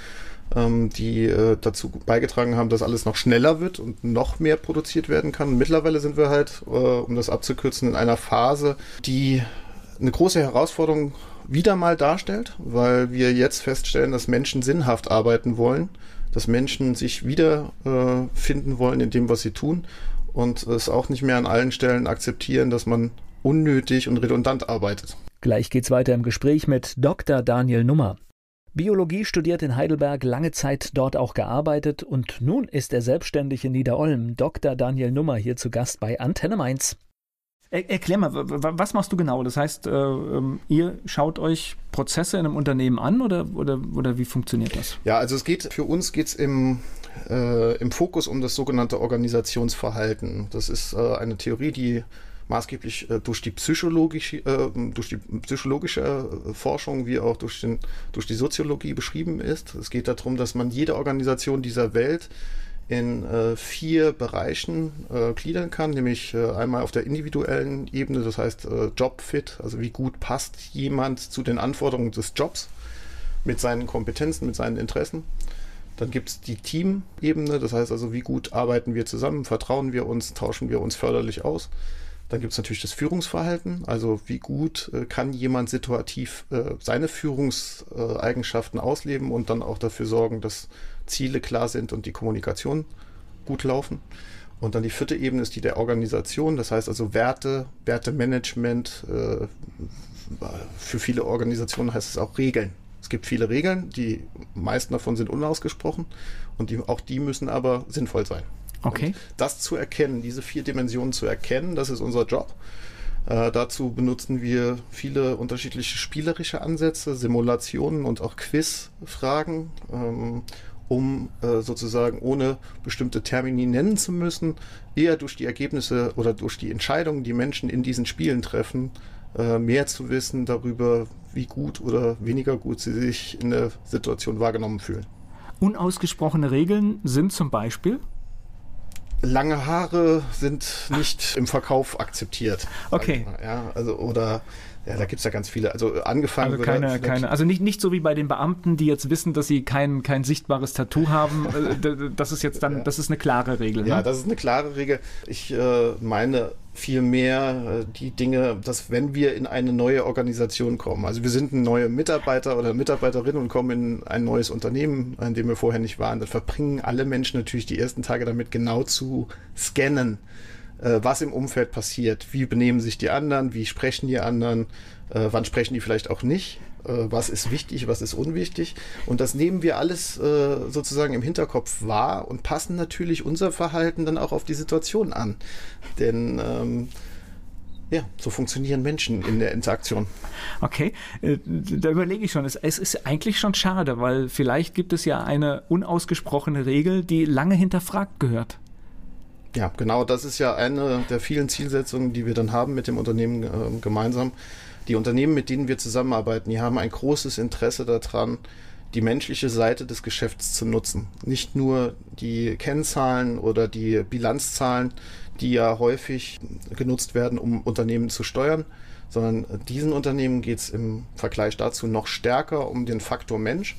die äh, dazu beigetragen haben, dass alles noch schneller wird und noch mehr produziert werden kann. Und mittlerweile sind wir halt, äh, um das abzukürzen, in einer Phase, die eine große Herausforderung wieder mal darstellt, weil wir jetzt feststellen, dass Menschen sinnhaft arbeiten wollen, dass Menschen sich wiederfinden äh, finden wollen in dem, was sie tun und es auch nicht mehr an allen Stellen akzeptieren, dass man unnötig und redundant arbeitet. Gleich geht's weiter im Gespräch mit Doktor Daniel Nummer. Biologie studiert in Heidelberg, lange Zeit dort auch gearbeitet und nun ist er selbstständig in Niederolm. Doktor Daniel Nummer hier zu Gast bei Antenne Mainz. Er, erklär mal, was machst du genau? Das heißt, äh, ihr schaut euch Prozesse in einem Unternehmen an oder, oder, oder wie funktioniert das? Ja, also es geht, für uns geht es im, äh, im Fokus um das sogenannte Organisationsverhalten. Das ist äh, eine Theorie, die maßgeblich äh, durch die psychologische, äh, durch die psychologische äh, Forschung wie auch durch, den, durch die Soziologie beschrieben ist. Es geht darum, dass man jede Organisation dieser Welt in äh, vier Bereichen äh, gliedern kann, nämlich äh, einmal auf der individuellen Ebene, das heißt äh, Jobfit, also wie gut passt jemand zu den Anforderungen des Jobs mit seinen Kompetenzen, mit seinen Interessen. Dann gibt es die Teamebene, das heißt also, wie gut arbeiten wir zusammen, vertrauen wir uns, tauschen wir uns förderlich aus. Dann gibt es natürlich das Führungsverhalten, also wie gut äh, kann jemand situativ äh, seine Führungseigenschaften äh, ausleben und dann auch dafür sorgen, dass Ziele klar sind und die Kommunikation gut laufen. Und dann die vierte Ebene ist die der Organisation, das heißt also Werte, Wertemanagement. Äh, für viele Organisationen heißt es auch Regeln. Es gibt viele Regeln, die meisten davon sind unausgesprochen und die, auch die müssen aber sinnvoll sein. Okay. Und das zu erkennen, diese vier Dimensionen zu erkennen, das ist unser Job. Äh, dazu benutzen wir viele unterschiedliche spielerische Ansätze, Simulationen und auch Quizfragen, ähm, um äh, sozusagen ohne bestimmte Termini nennen zu müssen, eher durch die Ergebnisse oder durch die Entscheidungen, die Menschen in diesen Spielen treffen, äh, mehr zu wissen darüber, wie gut oder weniger gut sie sich in der Situation wahrgenommen fühlen. Unausgesprochene Regeln sind zum Beispiel? Lange Haare sind nicht im Verkauf akzeptiert. Okay. Ja, also oder ja, da gibt es ja ganz viele. Also angefangen also keine, wird keine, also nicht, nicht so wie bei den Beamten, die jetzt wissen, dass sie kein, kein sichtbares Tattoo haben. Das ist jetzt dann, ja. Das ist eine klare Regel. Ja, ne? das ist eine klare Regel. Ich äh, meine vielmehr äh, die Dinge, dass wenn wir in eine neue Organisation kommen, also wir sind ein neuer Mitarbeiter oder Mitarbeiterin und kommen in ein neues Unternehmen, in dem wir vorher nicht waren, dann verbringen alle Menschen natürlich die ersten Tage damit, genau zu scannen, äh, was im Umfeld passiert. Wie benehmen sich die anderen? Wie sprechen die anderen? Äh, wann sprechen die vielleicht auch nicht? Äh, was ist wichtig? Was ist unwichtig? Und das nehmen wir alles äh, sozusagen im Hinterkopf wahr und passen natürlich unser Verhalten dann auch auf die Situation an. Denn ähm, ja, so funktionieren Menschen in der Interaktion. Okay, äh, da überlege ich schon, es, es ist eigentlich schon schade, weil vielleicht gibt es ja eine unausgesprochene Regel, die lange hinterfragt gehört. Ja, genau, das ist ja eine der vielen Zielsetzungen, die wir dann haben mit dem Unternehmen äh, gemeinsam. Die Unternehmen, mit denen wir zusammenarbeiten, die haben ein großes Interesse daran, die menschliche Seite des Geschäfts zu nutzen. Nicht nur die Kennzahlen oder die Bilanzzahlen, die ja häufig genutzt werden, um Unternehmen zu steuern, sondern diesen Unternehmen geht es im Vergleich dazu noch stärker um den Faktor Mensch.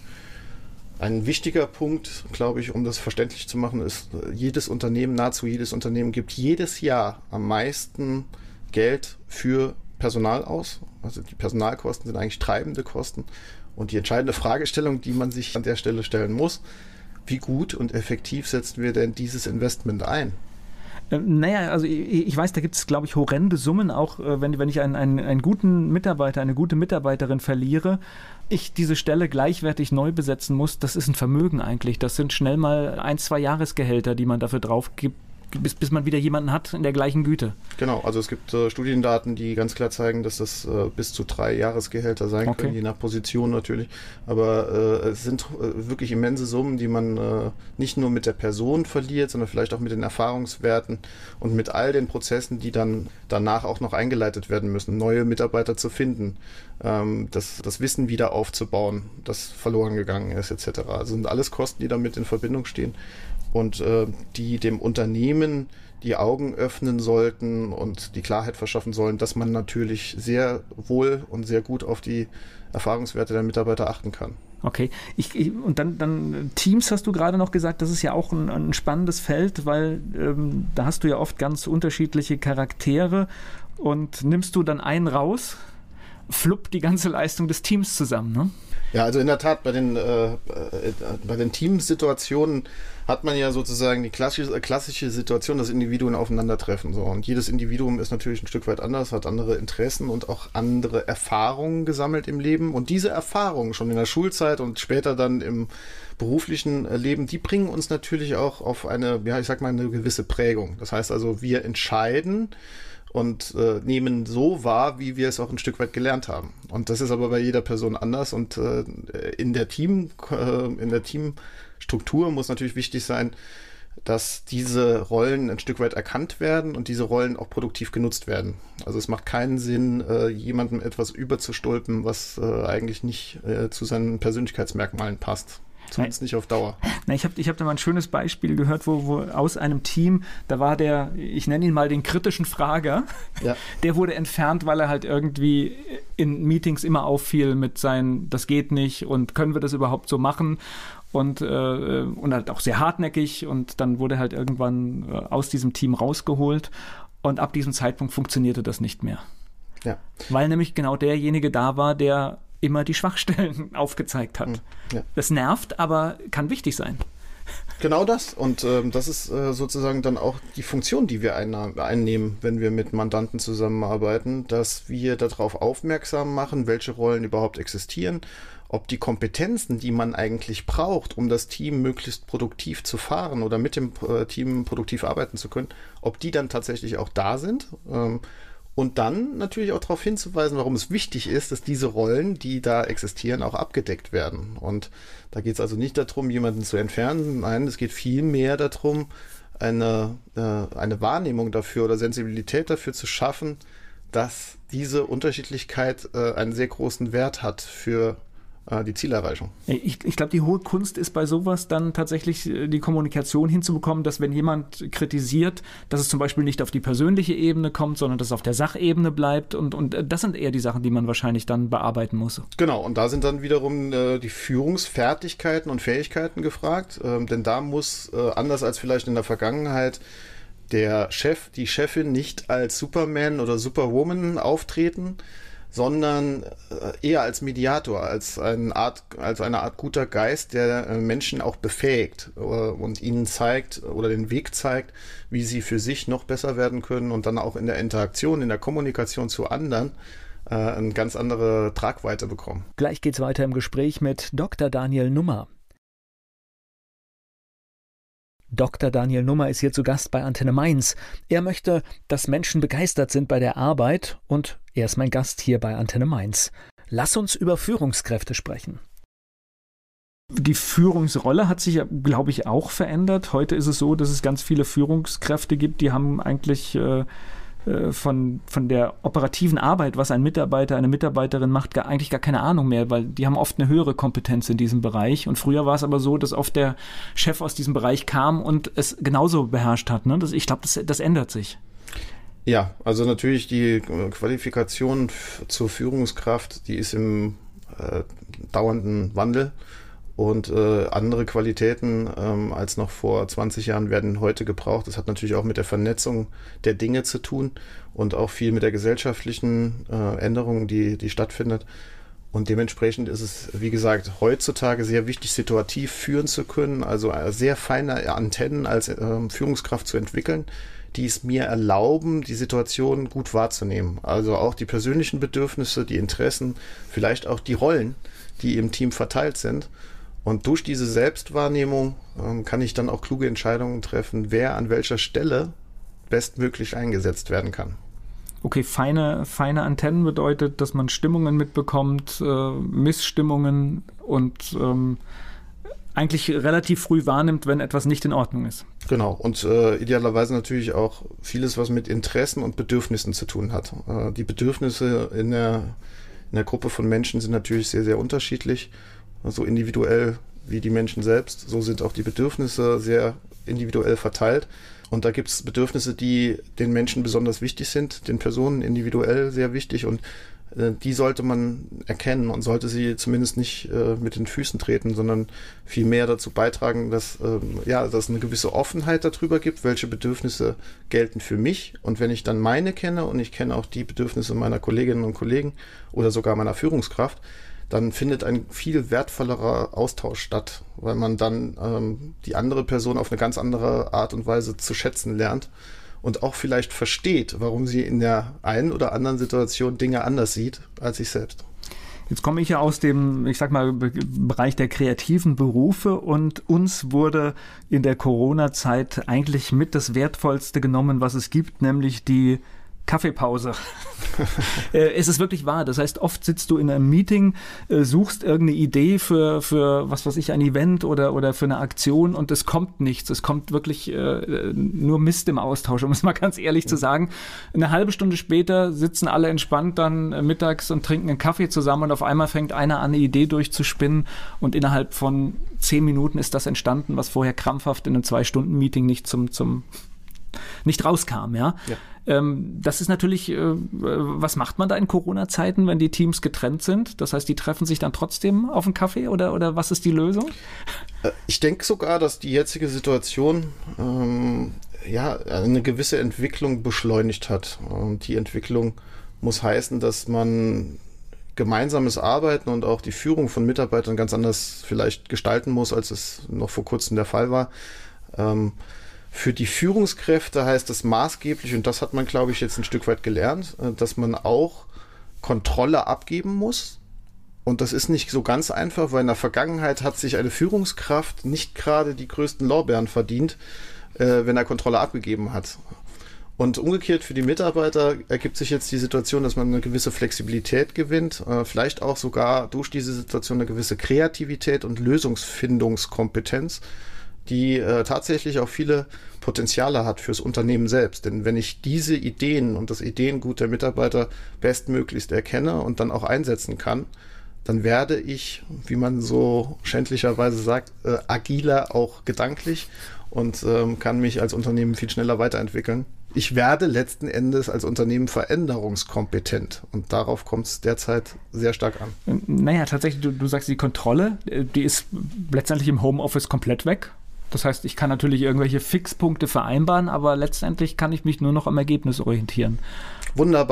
Ein wichtiger Punkt, glaube ich, um das verständlich zu machen, ist, jedes Unternehmen, nahezu jedes Unternehmen gibt jedes Jahr am meisten Geld für Personal aus. Also die Personalkosten sind eigentlich treibende Kosten. Und die entscheidende Fragestellung, die man sich an der Stelle stellen muss, wie gut und effektiv setzen wir denn dieses Investment ein? Naja, also ich, ich weiß, da gibt es, glaube ich, horrende Summen, auch wenn, wenn ich einen, einen, einen guten Mitarbeiter, eine gute Mitarbeiterin verliere, ich diese Stelle gleichwertig neu besetzen muss, das ist ein Vermögen eigentlich. Das sind schnell mal ein, zwei Jahresgehälter, die man dafür drauf gibt, bis, bis man wieder jemanden hat in der gleichen Güte. Genau, also es gibt äh, Studiendaten, die ganz klar zeigen, dass das äh, bis zu drei Jahresgehälter sein okay. können, je nach Position natürlich. Aber äh, es sind äh, wirklich immense Summen, die man äh, nicht nur mit der Person verliert, sondern vielleicht auch mit den Erfahrungswerten und mit all den Prozessen, die dann danach auch noch eingeleitet werden müssen, neue Mitarbeiter zu finden, ähm, das, das Wissen wieder aufzubauen, das verloren gegangen ist, et cetera. Also sind alles Kosten, die damit in Verbindung stehen. Und äh, die dem Unternehmen die Augen öffnen sollten und die Klarheit verschaffen sollen, dass man natürlich sehr wohl und sehr gut auf die Erfahrungswerte der Mitarbeiter achten kann. Okay, ich, ich, und dann, dann Teams hast du gerade noch gesagt, das ist ja auch ein, ein spannendes Feld, weil ähm, da hast du ja oft ganz unterschiedliche Charaktere und nimmst du dann einen raus, fluppt die ganze Leistung des Teams zusammen, ne? Ja, also in der Tat, bei den, äh, bei den Teamsituationen hat man ja sozusagen die klassische, klassische Situation, dass Individuen aufeinandertreffen. So. Und jedes Individuum ist natürlich ein Stück weit anders, hat andere Interessen und auch andere Erfahrungen gesammelt im Leben. Und diese Erfahrungen schon in der Schulzeit und später dann im beruflichen Leben, die bringen uns natürlich auch auf eine, ja, ich sag mal, eine gewisse Prägung. Das heißt also, wir entscheiden und äh, nehmen so wahr, wie wir es auch ein Stück weit gelernt haben. Und das ist aber bei jeder Person anders. Und äh, in der Team, äh, in der Teamstruktur muss natürlich wichtig sein, dass diese Rollen ein Stück weit erkannt werden und diese Rollen auch produktiv genutzt werden. Also es macht keinen Sinn, äh, jemandem etwas überzustülpen, was äh, eigentlich nicht äh, zu seinen Persönlichkeitsmerkmalen passt. Zumindest nicht auf Dauer. Na, ich habe ich hab da mal ein schönes Beispiel gehört, wo, wo aus einem Team, da war der, ich nenne ihn mal den kritischen Frager, ja. Der wurde entfernt, weil er halt irgendwie in Meetings immer auffiel mit seinen, das geht nicht und können wir das überhaupt so machen? Und, äh, und halt auch sehr hartnäckig und dann wurde halt irgendwann äh, aus diesem Team rausgeholt und ab diesem Zeitpunkt funktionierte das nicht mehr. Ja. Weil nämlich genau derjenige da war, der immer die Schwachstellen aufgezeigt hat. Ja. Das nervt, aber kann wichtig sein. Genau das. Und ähm, das ist äh, sozusagen dann auch die Funktion, die wir einnehmen, wenn wir mit Mandanten zusammenarbeiten, dass wir darauf aufmerksam machen, welche Rollen überhaupt existieren, ob die Kompetenzen, die man eigentlich braucht, um das Team möglichst produktiv zu fahren oder mit dem äh, Team produktiv arbeiten zu können, ob die dann tatsächlich auch da sind. Ähm, Und dann natürlich auch darauf hinzuweisen, warum es wichtig ist, dass diese Rollen, die da existieren, auch abgedeckt werden. Und da geht es also nicht darum, jemanden zu entfernen. Nein, es geht vielmehr darum, eine, äh, eine Wahrnehmung dafür oder Sensibilität dafür zu schaffen, dass diese Unterschiedlichkeit äh, einen sehr großen Wert hat für die Zielerreichung. Ich, ich glaube, die hohe Kunst ist bei sowas dann tatsächlich die Kommunikation hinzubekommen, dass wenn jemand kritisiert, dass es zum Beispiel nicht auf die persönliche Ebene kommt, sondern dass es auf der Sachebene bleibt und, und das sind eher die Sachen, die man wahrscheinlich dann bearbeiten muss. Genau, und da sind dann wiederum äh, die Führungsfertigkeiten und Fähigkeiten gefragt, ähm, denn da muss, äh, anders als vielleicht in der Vergangenheit, der Chef, die Chefin nicht als Superman oder Superwoman auftreten, sondern eher als Mediator, als eine Art, als eine Art guter Geist, der Menschen auch befähigt und ihnen zeigt oder den Weg zeigt, wie sie für sich noch besser werden können und dann auch in der Interaktion, in der Kommunikation zu anderen äh, eine ganz andere Tragweite bekommen. Gleich geht's weiter im Gespräch mit Doktor Daniel Nummer. Doktor Daniel Nummer ist hier zu Gast bei Antenne Mainz. Er möchte, dass Menschen begeistert sind bei der Arbeit und er ist mein Gast hier bei Antenne Mainz. Lass uns über Führungskräfte sprechen. Die Führungsrolle hat sich, glaube ich, auch verändert. Heute ist es so, dass es ganz viele Führungskräfte gibt, die haben eigentlich äh, von, von der operativen Arbeit, was ein Mitarbeiter, eine Mitarbeiterin macht, gar, eigentlich gar keine Ahnung mehr, weil die haben oft eine höhere Kompetenz in diesem Bereich. Und früher war es aber so, dass oft der Chef aus diesem Bereich kam und es genauso beherrscht hat. Ne? Das, ich glaube, das, das ändert sich. Ja, also natürlich die Qualifikation f- zur Führungskraft, die ist im äh, dauernden Wandel. Und äh, andere Qualitäten ähm, als noch vor zwanzig Jahren werden heute gebraucht. Das hat natürlich auch mit der Vernetzung der Dinge zu tun und auch viel mit der gesellschaftlichen äh, Änderung, die, die stattfindet. Und dementsprechend ist es, wie gesagt, heutzutage sehr wichtig, situativ führen zu können, also sehr feine Antennen als äh, Führungskraft zu entwickeln, die es mir erlauben, die Situation gut wahrzunehmen. Also auch die persönlichen Bedürfnisse, die Interessen, vielleicht auch die Rollen, die im Team verteilt sind. Und durch diese Selbstwahrnehmung ähm, kann ich dann auch kluge Entscheidungen treffen, wer an welcher Stelle bestmöglich eingesetzt werden kann. Okay, feine, feine Antennen bedeutet, dass man Stimmungen mitbekommt, äh, Missstimmungen und ähm, eigentlich relativ früh wahrnimmt, wenn etwas nicht in Ordnung ist. Genau, und äh, idealerweise natürlich auch vieles, was mit Interessen und Bedürfnissen zu tun hat. Äh, die Bedürfnisse in der, in der Gruppe von Menschen sind natürlich sehr, sehr unterschiedlich. So individuell wie die Menschen selbst, so sind auch die Bedürfnisse sehr individuell verteilt. Und da gibt es Bedürfnisse, die den Menschen besonders wichtig sind, den Personen individuell sehr wichtig und äh, die sollte man erkennen und sollte sie zumindest nicht äh, mit den Füßen treten, sondern vielmehr dazu beitragen, dass äh, ja, dass es eine gewisse Offenheit darüber gibt, welche Bedürfnisse gelten für mich. Und wenn ich dann meine kenne und ich kenne auch die Bedürfnisse meiner Kolleginnen und Kollegen oder sogar meiner Führungskraft, dann findet ein viel wertvollerer Austausch statt, weil man dann ähm, die andere Person auf eine ganz andere Art und Weise zu schätzen lernt und auch vielleicht versteht, warum sie in der einen oder anderen Situation Dinge anders sieht als ich selbst. Jetzt komme ich ja aus dem, ich sag mal, Be- Bereich der kreativen Berufe und uns wurde in der Corona-Zeit eigentlich mit das Wertvollste genommen, was es gibt, nämlich die Kaffeepause. äh, es ist wirklich wahr. Das heißt, oft sitzt du in einem Meeting, äh, suchst irgendeine Idee für, für, was weiß ich, ein Event oder, oder für eine Aktion und es kommt nichts. Es kommt wirklich äh, nur Mist im Austausch, um es mal ganz ehrlich zu sagen. Eine halbe Stunde später sitzen alle entspannt dann äh, mittags und trinken einen Kaffee zusammen und auf einmal fängt einer an, eine Idee durchzuspinnen und innerhalb von zehn Minuten ist das entstanden, was vorher krampfhaft in einem Zwei-Stunden-Meeting nicht zum, zum nicht rauskam, ja. Ja. Ähm, das ist natürlich, äh, was macht man da in Corona-Zeiten, wenn die Teams getrennt sind? Das heißt, die treffen sich dann trotzdem auf einen Kaffee oder, oder was ist die Lösung? Ich denke sogar, dass die jetzige Situation ähm, ja, eine gewisse Entwicklung beschleunigt hat. Und die Entwicklung muss heißen, dass man gemeinsames Arbeiten und auch die Führung von Mitarbeitern ganz anders vielleicht gestalten muss, als es noch vor kurzem der Fall war. Ähm, Für die Führungskräfte heißt das maßgeblich, und das hat man, glaube ich, jetzt ein Stück weit gelernt, dass man auch Kontrolle abgeben muss. Und das ist nicht so ganz einfach, weil in der Vergangenheit hat sich eine Führungskraft nicht gerade die größten Lorbeeren verdient, äh, wenn er Kontrolle abgegeben hat. Und umgekehrt für die Mitarbeiter ergibt sich jetzt die Situation, dass man eine gewisse Flexibilität gewinnt, äh, vielleicht auch sogar durch diese Situation eine gewisse Kreativität und Lösungsfindungskompetenz, die äh, tatsächlich auch viele Potenziale hat fürs Unternehmen selbst. Denn wenn ich diese Ideen und das Ideengut der Mitarbeiter bestmöglichst erkenne und dann auch einsetzen kann, dann werde ich, wie man so schändlicherweise sagt, äh, agiler auch gedanklich und ähm, kann mich als Unternehmen viel schneller weiterentwickeln. Ich werde letzten Endes als Unternehmen veränderungskompetent und darauf kommt es derzeit sehr stark an. Naja, tatsächlich, du, du sagst, die Kontrolle, die ist letztendlich im Homeoffice komplett weg. Das heißt, ich kann natürlich irgendwelche Fixpunkte vereinbaren, aber letztendlich kann ich mich nur noch am Ergebnis orientieren. Wunderbar.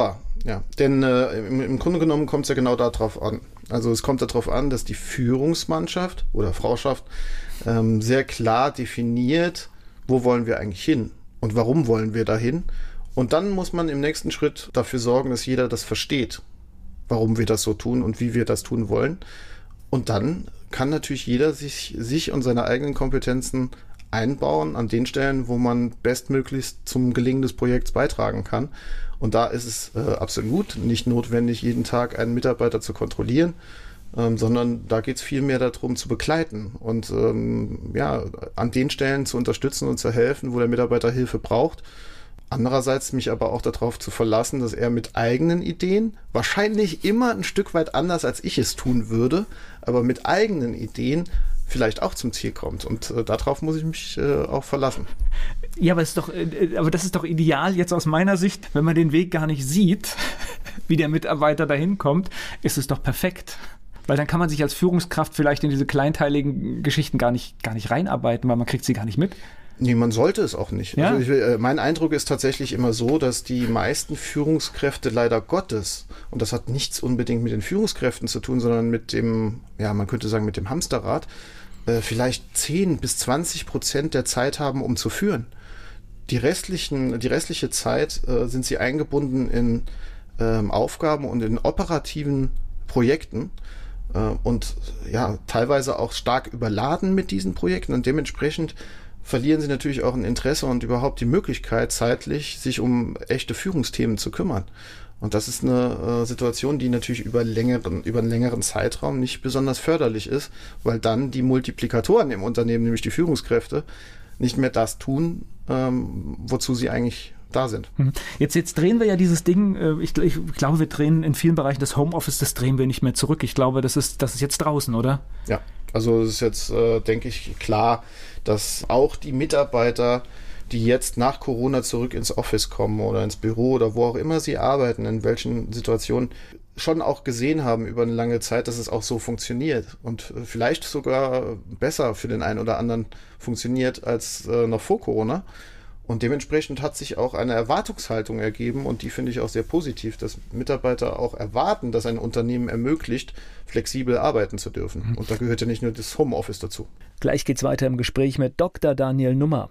Ja, denn äh, im, im Grunde genommen kommt es ja genau darauf an. Also es kommt darauf an, dass die Führungsmannschaft oder Frauschaft ähm, sehr klar definiert, wo wollen wir eigentlich hin und warum wollen wir dahin. Und dann muss man im nächsten Schritt dafür sorgen, dass jeder das versteht, warum wir das so tun und wie wir das tun wollen. Und dann kann natürlich jeder sich, sich und seine eigenen Kompetenzen einbauen an den Stellen, wo man bestmöglichst zum Gelingen des Projekts beitragen kann. Und da ist es äh, absolut nicht notwendig, jeden Tag einen Mitarbeiter zu kontrollieren, ähm, sondern da geht es vielmehr darum, zu begleiten und ähm, ja, an den Stellen zu unterstützen und zu helfen, wo der Mitarbeiter Hilfe braucht. Andererseits mich aber auch darauf zu verlassen, dass er mit eigenen Ideen, wahrscheinlich immer ein Stück weit anders, als ich es tun würde, aber mit eigenen Ideen vielleicht auch zum Ziel kommt. Und äh, darauf muss ich mich äh, auch verlassen. Ja, aber, ist doch, äh, aber das ist doch ideal jetzt aus meiner Sicht, wenn man den Weg gar nicht sieht, wie der Mitarbeiter dahin kommt, ist es doch perfekt. Weil dann kann man sich als Führungskraft vielleicht in diese kleinteiligen Geschichten gar nicht, gar nicht reinarbeiten, weil man kriegt sie gar nicht mit. Nee, man sollte es auch nicht. Ja? Also ich, äh, mein Eindruck ist tatsächlich immer so, dass die meisten Führungskräfte leider Gottes, und das hat nichts unbedingt mit den Führungskräften zu tun, sondern mit dem, ja, man könnte sagen, mit dem Hamsterrad, äh, vielleicht zehn bis zwanzig Prozent der Zeit haben, um zu führen. Die restlichen, die restliche Zeit äh, sind sie eingebunden in ähm, Aufgaben und in operativen Projekten äh, und ja, teilweise auch stark überladen mit diesen Projekten und dementsprechend verlieren sie natürlich auch ein Interesse und überhaupt die Möglichkeit, zeitlich sich um echte Führungsthemen zu kümmern. Und das ist eine äh, Situation, die natürlich über längeren, über einen längeren Zeitraum nicht besonders förderlich ist, weil dann die Multiplikatoren im Unternehmen, nämlich die Führungskräfte, nicht mehr das tun, ähm, wozu sie eigentlich da sind. Jetzt, jetzt drehen wir ja dieses Ding, äh, ich, ich glaube, wir drehen in vielen Bereichen das Homeoffice, das drehen wir nicht mehr zurück. Ich glaube, das ist, das ist jetzt draußen, oder? Ja, also es ist jetzt, äh, denke ich, klar, dass auch die Mitarbeiter, die jetzt nach Corona zurück ins Office kommen oder ins Büro oder wo auch immer sie arbeiten, in welchen Situationen, schon auch gesehen haben über eine lange Zeit, dass es auch so funktioniert und vielleicht sogar besser für den einen oder anderen funktioniert als äh, noch vor Corona. Und dementsprechend hat sich auch eine Erwartungshaltung ergeben und die finde ich auch sehr positiv, dass Mitarbeiter auch erwarten, dass ein Unternehmen ermöglicht, flexibel arbeiten zu dürfen. Und da gehört ja nicht nur das Homeoffice dazu. Gleich geht's weiter im Gespräch mit Doktor Daniel Nummer.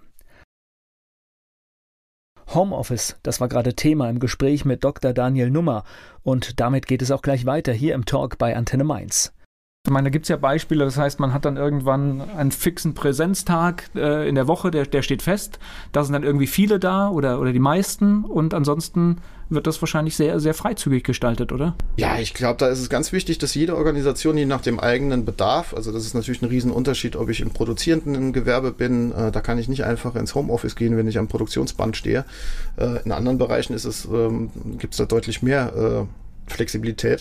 Homeoffice, das war gerade Thema im Gespräch mit Doktor Daniel Nummer. Und damit geht es auch gleich weiter hier im Talk bei Antenne Mainz. Ich meine, da gibt es ja Beispiele, das heißt, man hat dann irgendwann einen fixen Präsenztag äh, in der Woche, der, der steht fest. Da sind dann irgendwie viele da oder, oder die meisten und ansonsten wird das wahrscheinlich sehr, sehr freizügig gestaltet, oder? Ja, ich glaube, da ist es ganz wichtig, dass jede Organisation, je nach dem eigenen Bedarf, also das ist natürlich ein Riesenunterschied, ob ich im produzierenden Gewerbe bin, äh, da kann ich nicht einfach ins Homeoffice gehen, wenn ich am Produktionsband stehe. Äh, in anderen Bereichen ist es, ähm, gibt es da deutlich mehr äh, Flexibilität.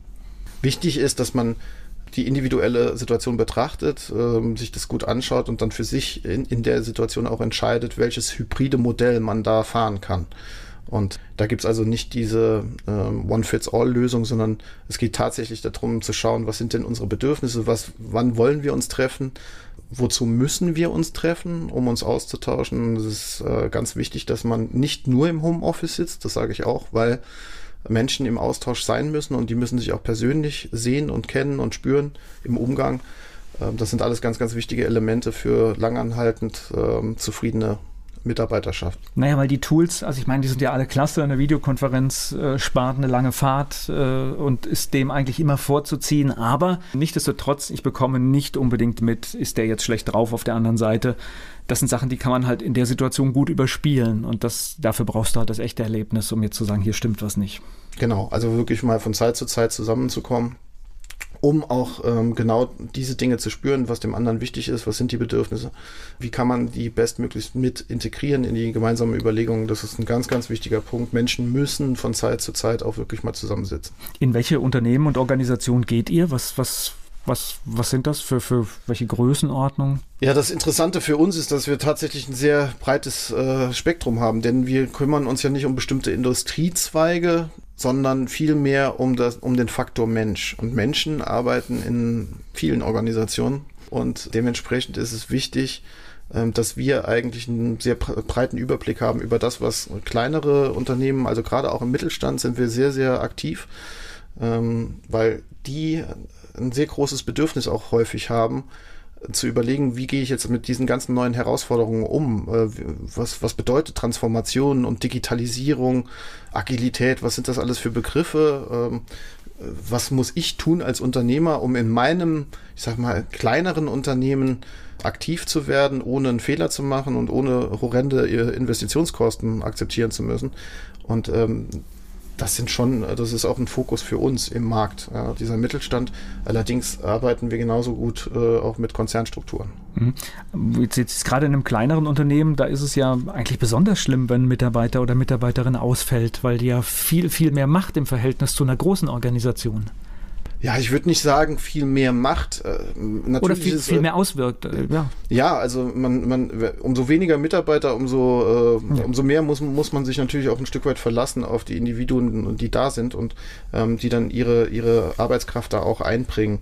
Wichtig ist, dass man die individuelle Situation betrachtet, ähm, sich das gut anschaut und dann für sich in, in der Situation auch entscheidet, welches hybride Modell man da fahren kann. Und da gibt es also nicht diese ähm, One-Fits-All-Lösung, sondern es geht tatsächlich darum zu schauen, was sind denn unsere Bedürfnisse, was, wann wollen wir uns treffen, wozu müssen wir uns treffen, um uns auszutauschen. Es ist äh, ganz wichtig, dass man nicht nur im Homeoffice sitzt, das sage ich auch, weil Menschen im Austausch sein müssen und die müssen sich auch persönlich sehen und kennen und spüren im Umgang. Das sind alles ganz, ganz wichtige Elemente für langanhaltend ähm, zufriedene Mitarbeiterschaft. Naja, weil die Tools, also ich meine, die sind ja alle klasse, eine Videokonferenz äh, spart eine lange Fahrt äh, und ist dem eigentlich immer vorzuziehen, aber nichtsdestotrotz, ich bekomme nicht unbedingt mit, ist der jetzt schlecht drauf auf der anderen Seite. Das sind Sachen, die kann man halt in der Situation gut überspielen und das, dafür brauchst du halt das echte Erlebnis, um jetzt zu sagen, hier stimmt was nicht. Genau, also wirklich mal von Zeit zu Zeit zusammenzukommen, um auch ähm, genau diese Dinge zu spüren, was dem anderen wichtig ist, was sind die Bedürfnisse, wie kann man die bestmöglichst mit integrieren in die gemeinsame Überlegung. Das ist ein ganz, ganz wichtiger Punkt. Menschen müssen von Zeit zu Zeit auch wirklich mal zusammensitzen. In welche Unternehmen und Organisationen geht ihr? Was, was, was, was sind das für, für welche Größenordnung? Ja, das Interessante für uns ist, dass wir tatsächlich ein sehr breites äh, Spektrum haben, denn wir kümmern uns ja nicht um bestimmte Industriezweige, sondern vielmehr um das, um den Faktor Mensch. Und Menschen arbeiten in vielen Organisationen und dementsprechend ist es wichtig, dass wir eigentlich einen sehr breiten Überblick haben über das, was kleinere Unternehmen, also gerade auch im Mittelstand sind wir sehr, sehr aktiv, weil die ein sehr großes Bedürfnis auch häufig haben, zu überlegen, wie gehe ich jetzt mit diesen ganzen neuen Herausforderungen um? Was, was bedeutet Transformation und Digitalisierung, Agilität? Was sind das alles für Begriffe? Was muss ich tun als Unternehmer, um in meinem, ich sag mal, kleineren Unternehmen aktiv zu werden, ohne einen Fehler zu machen und ohne horrende Investitionskosten akzeptieren zu müssen? Und ähm, das sind schon, das ist auch ein Fokus für uns im Markt, ja, dieser Mittelstand. Allerdings arbeiten wir genauso gut äh, auch mit Konzernstrukturen. Mhm. Jetzt, jetzt gerade in einem kleineren Unternehmen, da ist es ja eigentlich besonders schlimm, wenn ein Mitarbeiter oder Mitarbeiterin ausfällt, weil die ja viel, viel mehr macht im Verhältnis zu einer großen Organisation. Ja, ich würde nicht sagen, viel mehr Macht. Äh, natürlich Oder viel, ist, viel mehr auswirkt. Äh, ja. ja, also man, man, umso weniger Mitarbeiter, umso, äh, ja. umso mehr muss, muss man sich natürlich auch ein Stück weit verlassen auf die Individuen, die da sind und ähm, die dann ihre, ihre Arbeitskraft da auch einbringen.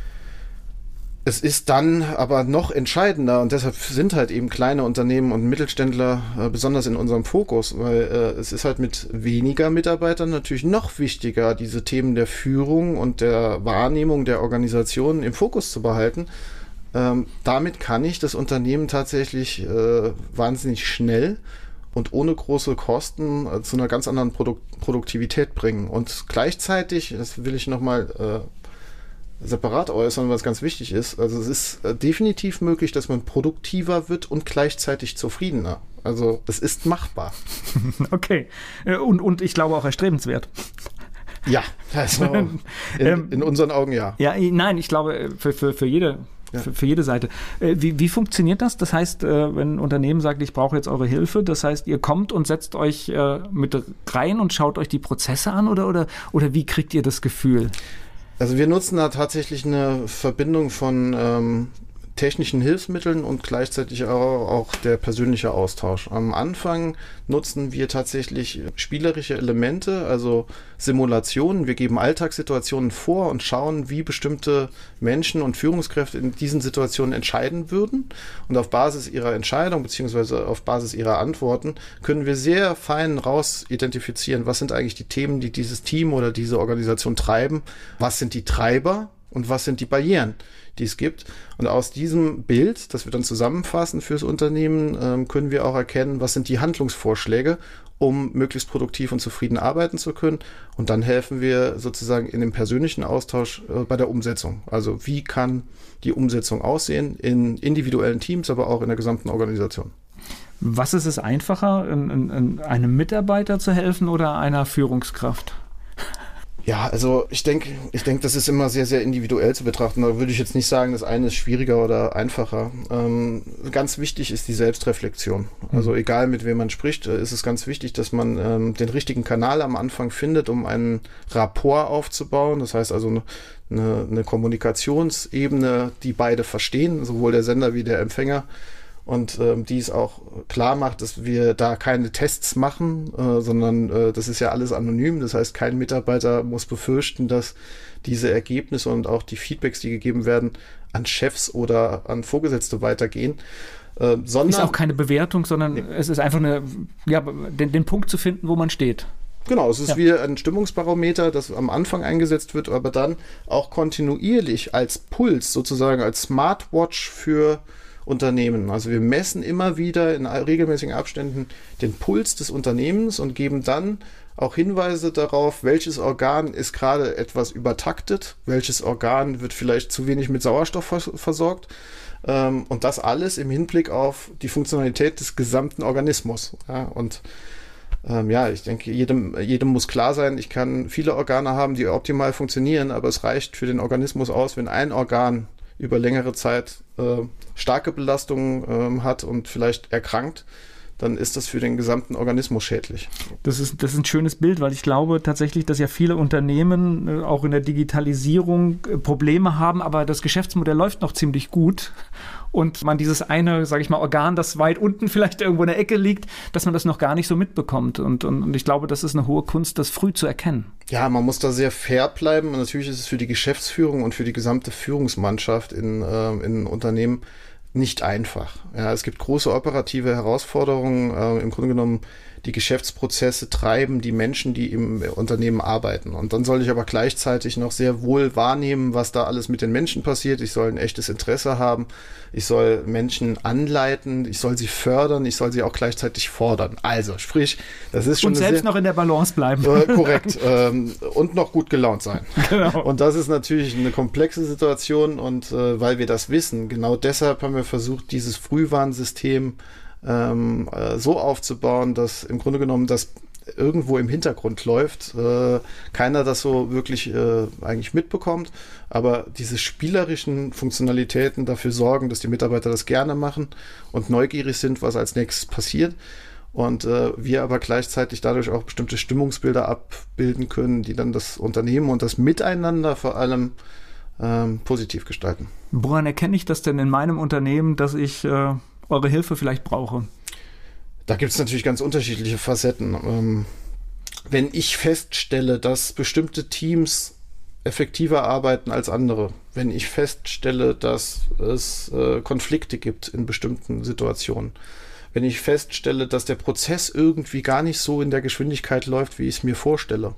Es ist dann aber noch entscheidender und deshalb sind halt eben kleine Unternehmen und Mittelständler äh, besonders in unserem Fokus, weil äh, es ist halt mit weniger Mitarbeitern natürlich noch wichtiger, diese Themen der Führung und der Wahrnehmung der Organisation im Fokus zu behalten. Ähm, damit kann ich das Unternehmen tatsächlich äh, wahnsinnig schnell und ohne große Kosten äh, zu einer ganz anderen Produk- Produktivität bringen. Und gleichzeitig, das will ich nochmal äh, separat äußern, was ganz wichtig ist. Also es ist äh, definitiv möglich, dass man produktiver wird und gleichzeitig zufriedener. Also es ist machbar. Okay. Und, und ich glaube auch erstrebenswert. Ja, also in, in unseren Augen ja. Ja, nein, ich glaube für, für, für jede ja. für, für jede Seite. Wie, wie funktioniert das? Das heißt, wenn ein Unternehmen sagt, ich brauche jetzt eure Hilfe, das heißt, ihr kommt und setzt euch mit rein und schaut euch die Prozesse an oder, oder, oder wie kriegt ihr das Gefühl? Also wir nutzen da tatsächlich eine Verbindung von ähm, technischen Hilfsmitteln und gleichzeitig auch, auch der persönliche Austausch. Am Anfang nutzen wir tatsächlich spielerische Elemente, also Simulationen. Wir geben Alltagssituationen vor und schauen, wie bestimmte Menschen und Führungskräfte in diesen Situationen entscheiden würden. Und auf Basis ihrer Entscheidung beziehungsweise auf Basis ihrer Antworten können wir sehr fein raus identifizieren, was sind eigentlich die Themen, die dieses Team oder diese Organisation treiben, was sind die Treiber und was sind die Barrieren, die es gibt. Und aus diesem Bild, das wir dann zusammenfassen fürs Unternehmen, ähm, können wir auch erkennen, was sind die Handlungsvorschläge, um möglichst produktiv und zufrieden arbeiten zu können. Und dann helfen wir sozusagen in dem persönlichen Austausch äh, bei der Umsetzung. Also wie kann die Umsetzung aussehen in individuellen Teams, aber auch in der gesamten Organisation. Was ist es einfacher, in, in, in einem Mitarbeiter zu helfen oder einer Führungskraft? Ja, also ich denke, ich denke, das ist immer sehr, sehr individuell zu betrachten. Da würde ich jetzt nicht sagen, das eine ist schwieriger oder einfacher. Ähm, ganz wichtig ist die Selbstreflexion. Also egal, mit wem man spricht, ist es ganz wichtig, dass man ähm, den richtigen Kanal am Anfang findet, um einen Rapport aufzubauen. Das heißt also eine, eine, eine Kommunikationsebene, die beide verstehen, sowohl der Sender wie der Empfänger. Und ähm, die es auch klar macht, dass wir da keine Tests machen, äh, sondern äh, das ist ja alles anonym. Das heißt, kein Mitarbeiter muss befürchten, dass diese Ergebnisse und auch die Feedbacks, die gegeben werden, an Chefs oder an Vorgesetzte weitergehen. Äh, sondern ist auch keine Bewertung, sondern nee. Es ist einfach eine, ja, den, den Punkt zu finden, wo man steht. Genau, es ist ja. wie ein Stimmungsbarometer, das am Anfang eingesetzt wird, aber dann auch kontinuierlich als Puls, sozusagen als Smartwatch für Unternehmen. Also wir messen immer wieder in regelmäßigen Abständen den Puls des Unternehmens und geben dann auch Hinweise darauf, welches Organ ist gerade etwas übertaktet, welches Organ wird vielleicht zu wenig mit Sauerstoff vers- versorgt ähm, und das alles im Hinblick auf die Funktionalität des gesamten Organismus. Ja, und ähm, ja, ich denke, jedem, jedem muss klar sein, ich kann viele Organe haben, die optimal funktionieren, aber es reicht für den Organismus aus, wenn ein Organ über längere Zeit äh, starke Belastungen äh, hat und vielleicht erkrankt, dann ist das für den gesamten Organismus schädlich. Das ist, das ist ein schönes Bild, weil ich glaube tatsächlich, dass ja viele Unternehmen äh, auch in der Digitalisierung äh, Probleme haben, aber das Geschäftsmodell läuft noch ziemlich gut und man dieses eine, sage ich mal, Organ, das weit unten vielleicht irgendwo in der Ecke liegt, dass man das noch gar nicht so mitbekommt. Und, und, und ich glaube, das ist eine hohe Kunst, das früh zu erkennen. Ja, man muss da sehr fair bleiben. Und natürlich ist es für die Geschäftsführung und für die gesamte Führungsmannschaft in, äh, in Unternehmen nicht einfach. Ja, es gibt große operative Herausforderungen, äh, im Grunde genommen die Geschäftsprozesse treiben die Menschen, die im Unternehmen arbeiten. Und dann soll ich aber gleichzeitig noch sehr wohl wahrnehmen, was da alles mit den Menschen passiert. Ich soll ein echtes Interesse haben. Ich soll Menschen anleiten. Ich soll sie fördern. Ich soll sie auch gleichzeitig fordern. Also, sprich, das ist schon... Und selbst noch in der Balance bleiben. Äh, korrekt. ähm, und noch gut gelaunt sein. Genau. Und das ist natürlich eine komplexe Situation. Und äh, weil wir das wissen, genau deshalb haben wir versucht, dieses Frühwarnsystem Ähm, äh, so aufzubauen, dass im Grunde genommen das irgendwo im Hintergrund läuft, äh, keiner das so wirklich äh, eigentlich mitbekommt, aber diese spielerischen Funktionalitäten dafür sorgen, dass die Mitarbeiter das gerne machen und neugierig sind, was als nächstes passiert und äh, wir aber gleichzeitig dadurch auch bestimmte Stimmungsbilder abbilden können, die dann das Unternehmen und das Miteinander vor allem ähm, positiv gestalten. Woran erkenne ich das denn in meinem Unternehmen, dass ich äh eure Hilfe vielleicht brauche? Da gibt es natürlich ganz unterschiedliche Facetten. Ähm, wenn ich feststelle, dass bestimmte Teams effektiver arbeiten als andere, wenn ich feststelle, dass es äh, Konflikte gibt in bestimmten Situationen, wenn ich feststelle, dass der Prozess irgendwie gar nicht so in der Geschwindigkeit läuft, wie ich es mir vorstelle,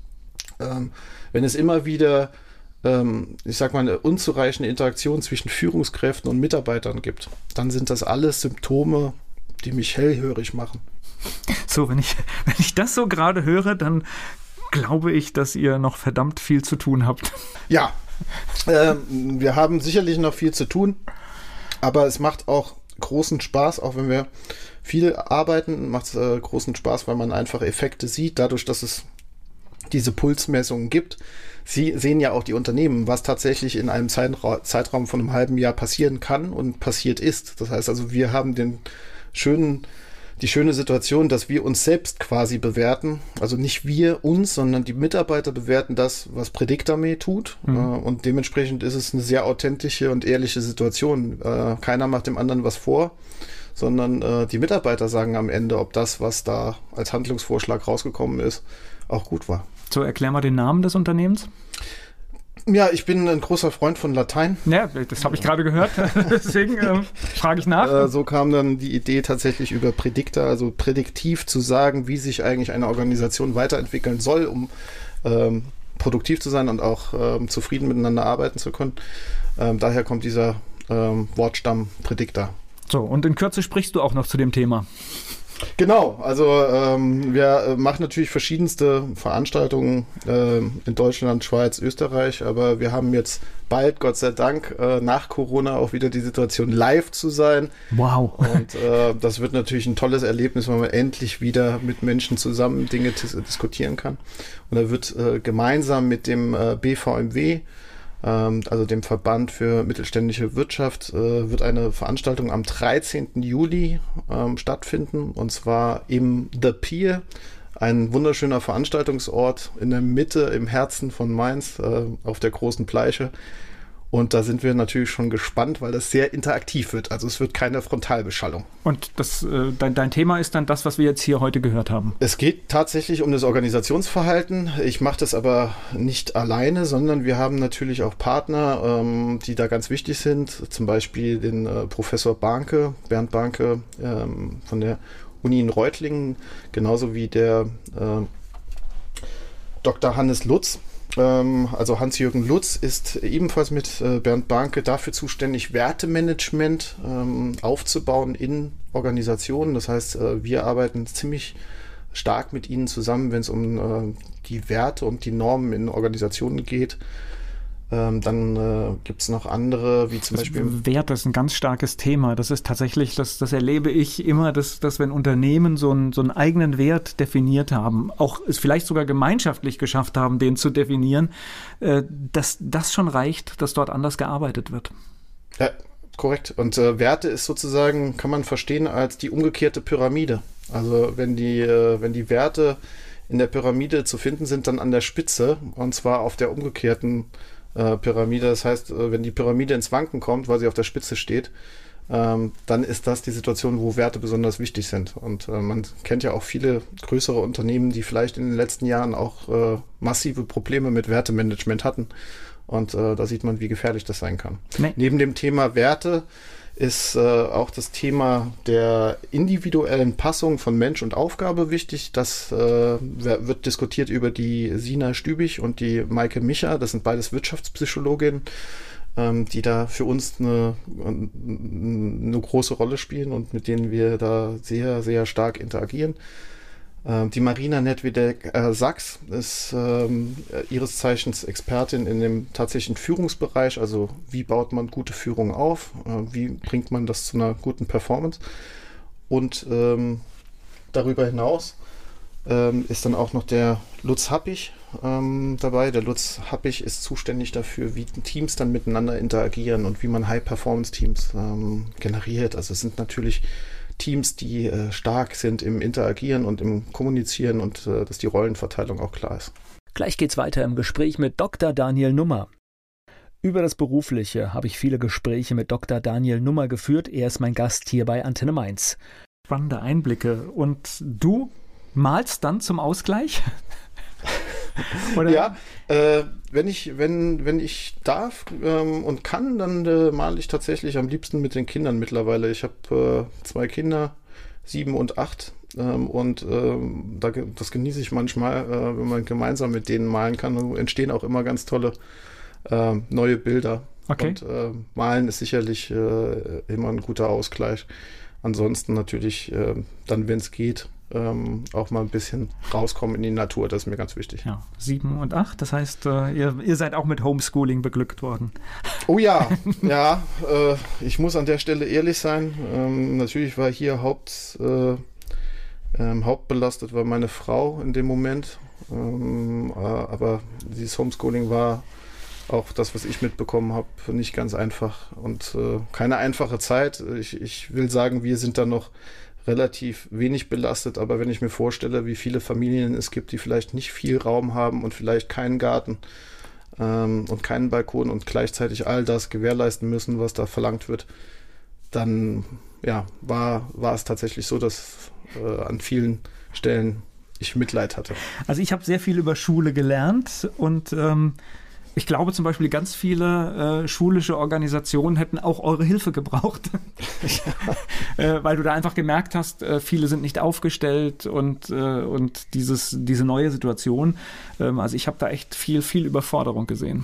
ähm, wenn es immer wieder ich sag mal, eine unzureichende Interaktion zwischen Führungskräften und Mitarbeitern gibt, dann sind das alles Symptome, die mich hellhörig machen. So, wenn ich, wenn ich das so gerade höre, dann glaube ich, dass ihr noch verdammt viel zu tun habt. Ja, äh, wir haben sicherlich noch viel zu tun, aber es macht auch großen Spaß, auch wenn wir viel arbeiten, macht es äh, großen Spaß, weil man einfach Effekte sieht, dadurch, dass es diese Pulsmessungen gibt. Sie sehen ja auch die Unternehmen, was tatsächlich in einem Zeitraum, Zeitraum von einem halben Jahr passieren kann und passiert ist. Das heißt also, wir haben den schönen, die schöne Situation, dass wir uns selbst quasi bewerten. Also nicht wir uns, sondern die Mitarbeiter bewerten das, was Predictame tut. Mhm. Äh, und dementsprechend ist es eine sehr authentische und ehrliche Situation. Äh, keiner macht dem anderen was vor, sondern äh, die Mitarbeiter sagen am Ende, ob das, was da als Handlungsvorschlag rausgekommen ist, auch gut war. So, erklär mal den Namen des Unternehmens. Ja, ich bin ein großer Freund von Latein. Ja, das habe ich gerade gehört, deswegen äh, frage ich nach. Äh, so kam dann die Idee tatsächlich über Predicta, also prädiktiv zu sagen, wie sich eigentlich eine Organisation weiterentwickeln soll, um ähm, produktiv zu sein und auch ähm, zufrieden miteinander arbeiten zu können. Ähm, daher kommt dieser ähm, Wortstamm Predicta. So, und in Kürze sprichst du auch noch zu dem Thema. Genau, also ähm, wir machen natürlich verschiedenste Veranstaltungen äh, in Deutschland, Schweiz, Österreich, aber wir haben jetzt bald, Gott sei Dank, äh, nach Corona auch wieder die Situation, live zu sein. Wow. Und äh, das wird natürlich ein tolles Erlebnis, wenn man endlich wieder mit Menschen zusammen Dinge dis- diskutieren kann. Und da wird äh, gemeinsam mit dem äh, B V M W, also dem Verband für mittelständische Wirtschaft, äh, wird eine Veranstaltung am dreizehnten Juli ähm, stattfinden, und zwar im The Pier, ein wunderschöner Veranstaltungsort in der Mitte, im Herzen von Mainz, äh, auf der großen Bleiche. Und da sind wir natürlich schon gespannt, weil das sehr interaktiv wird. Also es wird keine Frontalbeschallung. Und das, äh, dein, dein Thema ist dann das, was wir jetzt hier heute gehört haben? Es geht tatsächlich um das Organisationsverhalten. Ich mache das aber nicht alleine, sondern wir haben natürlich auch Partner, ähm, die da ganz wichtig sind. Zum Beispiel den äh, Professor Bahnke, Bernd Bahnke ähm, von der Uni in Reutlingen, genauso wie der äh, Doktor Hannes Lutz. Also Hans-Jürgen Lutz ist ebenfalls mit äh, Bernd Bahnke dafür zuständig, Wertemanagement ähm, aufzubauen in Organisationen. Das heißt, äh, wir arbeiten ziemlich stark mit ihnen zusammen, wenn es um äh, die Werte und die Normen in Organisationen geht. Ähm, dann äh, gibt es noch andere, wie zum das Beispiel... Wert ist ein ganz starkes Thema. Das ist tatsächlich, das, das erlebe ich immer, dass, dass wenn Unternehmen so einen, so einen eigenen Wert definiert haben, auch es vielleicht sogar gemeinschaftlich geschafft haben, den zu definieren, äh, dass das schon reicht, dass dort anders gearbeitet wird. Ja, korrekt. Und äh, Werte ist sozusagen, kann man verstehen, als die umgekehrte Pyramide. Also wenn die, äh, wenn die Werte in der Pyramide zu finden sind, dann an der Spitze, und zwar auf der umgekehrten Pyramide. Das heißt, wenn die Pyramide ins Wanken kommt, weil sie auf der Spitze steht, ähm, dann ist das die Situation, wo Werte besonders wichtig sind. Und äh, man kennt ja auch viele größere Unternehmen, die vielleicht in den letzten Jahren auch äh, massive Probleme mit Wertemanagement hatten. Und äh, da sieht man, wie gefährlich das sein kann. Nee. Neben dem Thema Werte ist äh, auch das Thema der individuellen Passung von Mensch und Aufgabe wichtig. Das äh, wird diskutiert über die Sina Stübig und die Maike Micha. Das sind beides Wirtschaftspsychologinnen, ähm, die da für uns eine, eine große Rolle spielen und mit denen wir da sehr, sehr stark interagieren. Die Marina Nedvedek-Sachs ist ähm, ihres Zeichens Expertin in dem tatsächlichen Führungsbereich, also wie baut man gute Führung auf, äh, wie bringt man das zu einer guten Performance. Und ähm, darüber hinaus ähm, ist dann auch noch der Lutz Happig ähm, dabei. Der Lutz Happig ist zuständig dafür, wie Teams dann miteinander interagieren und wie man High-Performance-Teams ähm, generiert. Also es sind natürlich Teams, die äh, stark sind im Interagieren und im Kommunizieren und äh, dass die Rollenverteilung auch klar ist. Gleich geht's weiter im Gespräch mit Doktor Daniel Nummer. Über das Berufliche habe ich viele Gespräche mit Doktor Daniel Nummer geführt. Er ist mein Gast hier bei Antenne Mainz. Spannende Einblicke. Und du malst dann zum Ausgleich? Oder? Ja, äh, wenn ich, wenn, wenn ich darf ähm, und kann, dann äh, male ich tatsächlich am liebsten mit den Kindern mittlerweile. Ich habe äh, zwei Kinder, sieben und acht, ähm, und ähm, da, das genieße ich manchmal, äh, wenn man gemeinsam mit denen malen kann. Und entstehen auch immer ganz tolle äh, neue Bilder. Okay. Und äh, malen ist sicherlich äh, immer ein guter Ausgleich. Ansonsten natürlich äh, dann, wenn es geht, Ähm, auch mal ein bisschen rauskommen in die Natur, das ist mir ganz wichtig. Ja, sieben und acht, das heißt, äh, ihr, ihr seid auch mit Homeschooling beglückt worden. Oh ja, ja, äh, ich muss an der Stelle ehrlich sein. Ähm, natürlich war hier Haupt, äh, ähm, hauptbelastet war meine Frau in dem Moment, ähm, äh, aber dieses Homeschooling war auch das, was ich mitbekommen habe, nicht ganz einfach und äh, keine einfache Zeit. Ich, ich will sagen, wir sind da noch relativ wenig belastet, aber wenn ich mir vorstelle, wie viele Familien es gibt, die vielleicht nicht viel Raum haben und vielleicht keinen Garten ähm, und keinen Balkon und gleichzeitig all das gewährleisten müssen, was da verlangt wird, dann ja, war, war es tatsächlich so, dass äh, an vielen Stellen ich Mitleid hatte. Also ich habe sehr viel über Schule gelernt und ähm, ich glaube zum Beispiel, ganz viele äh, schulische Organisationen hätten auch eure Hilfe gebraucht, ja. äh, weil du da einfach gemerkt hast, äh, viele sind nicht aufgestellt und, äh, und dieses, diese neue Situation. Ähm, also ich habe da echt viel, viel Überforderung gesehen.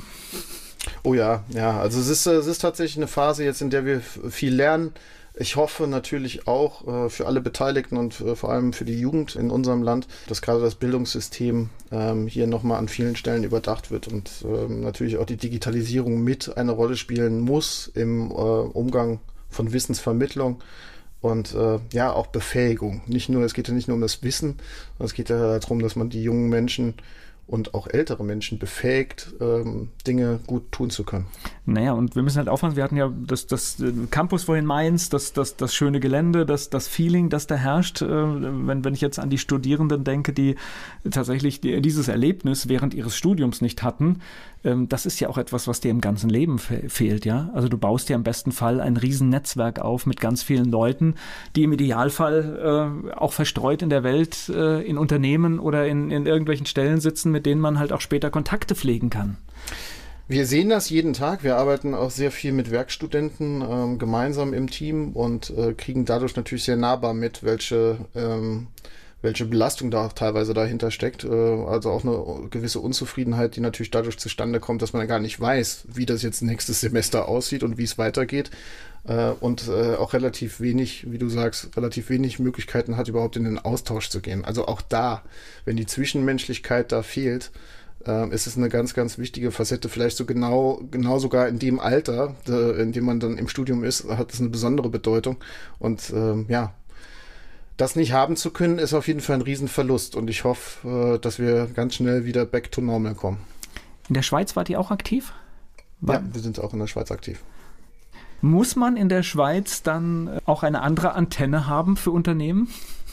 Oh ja, ja. Also es ist, es ist tatsächlich eine Phase jetzt, in der wir viel lernen. Ich hoffe natürlich auch äh, für alle Beteiligten und äh, vor allem für die Jugend in unserem Land, dass gerade das Bildungssystem ähm, hier nochmal an vielen Stellen überdacht wird und ähm, natürlich auch die Digitalisierung mit eine Rolle spielen muss im äh, Umgang von Wissensvermittlung und äh, ja auch Befähigung. Nicht nur, es geht ja nicht nur um das Wissen, sondern es geht ja darum, dass man die jungen Menschen und auch ältere Menschen befähigt, ähm, Dinge gut tun zu können. Naja, und wir müssen halt aufpassen, wir hatten ja das, das Campus vorhin Mainz, das, das, das schöne Gelände, das, das Feeling, das da herrscht. Äh, wenn, wenn ich jetzt an die Studierenden denke, die tatsächlich die, dieses Erlebnis während ihres Studiums nicht hatten, ähm, das ist ja auch etwas, was dir im ganzen Leben fe- fehlt, ja. Also du baust dir im besten Fall ein Riesennetzwerk auf mit ganz vielen Leuten, die im Idealfall äh, auch verstreut in der Welt, äh, in Unternehmen oder in, in irgendwelchen Stellen sitzen, mit denen man halt auch später Kontakte pflegen kann. Wir sehen das jeden Tag. Wir arbeiten auch sehr viel mit Werkstudenten ähm, gemeinsam im Team und äh, kriegen dadurch natürlich sehr nahbar mit, welche, ähm, welche Belastung da auch teilweise dahinter steckt. Äh, also auch eine gewisse Unzufriedenheit, die natürlich dadurch zustande kommt, dass man gar nicht weiß, wie das jetzt nächstes Semester aussieht und wie es weitergeht. Äh, und äh, auch relativ wenig, wie du sagst, relativ wenig Möglichkeiten hat, überhaupt in den Austausch zu gehen. Also auch da, wenn die Zwischenmenschlichkeit da fehlt, äh, ist es eine ganz, ganz wichtige Facette. Vielleicht so genau, genau sogar in dem Alter, äh, in dem man dann im Studium ist, hat es eine besondere Bedeutung. Und äh, ja, das nicht haben zu können, ist auf jeden Fall ein Riesenverlust. Und ich hoffe, äh, dass wir ganz schnell wieder back to normal kommen. In der Schweiz wart ihr auch aktiv? War- ja, wir sind auch in der Schweiz aktiv. Muss man in der Schweiz dann auch eine andere Antenne haben für Unternehmen?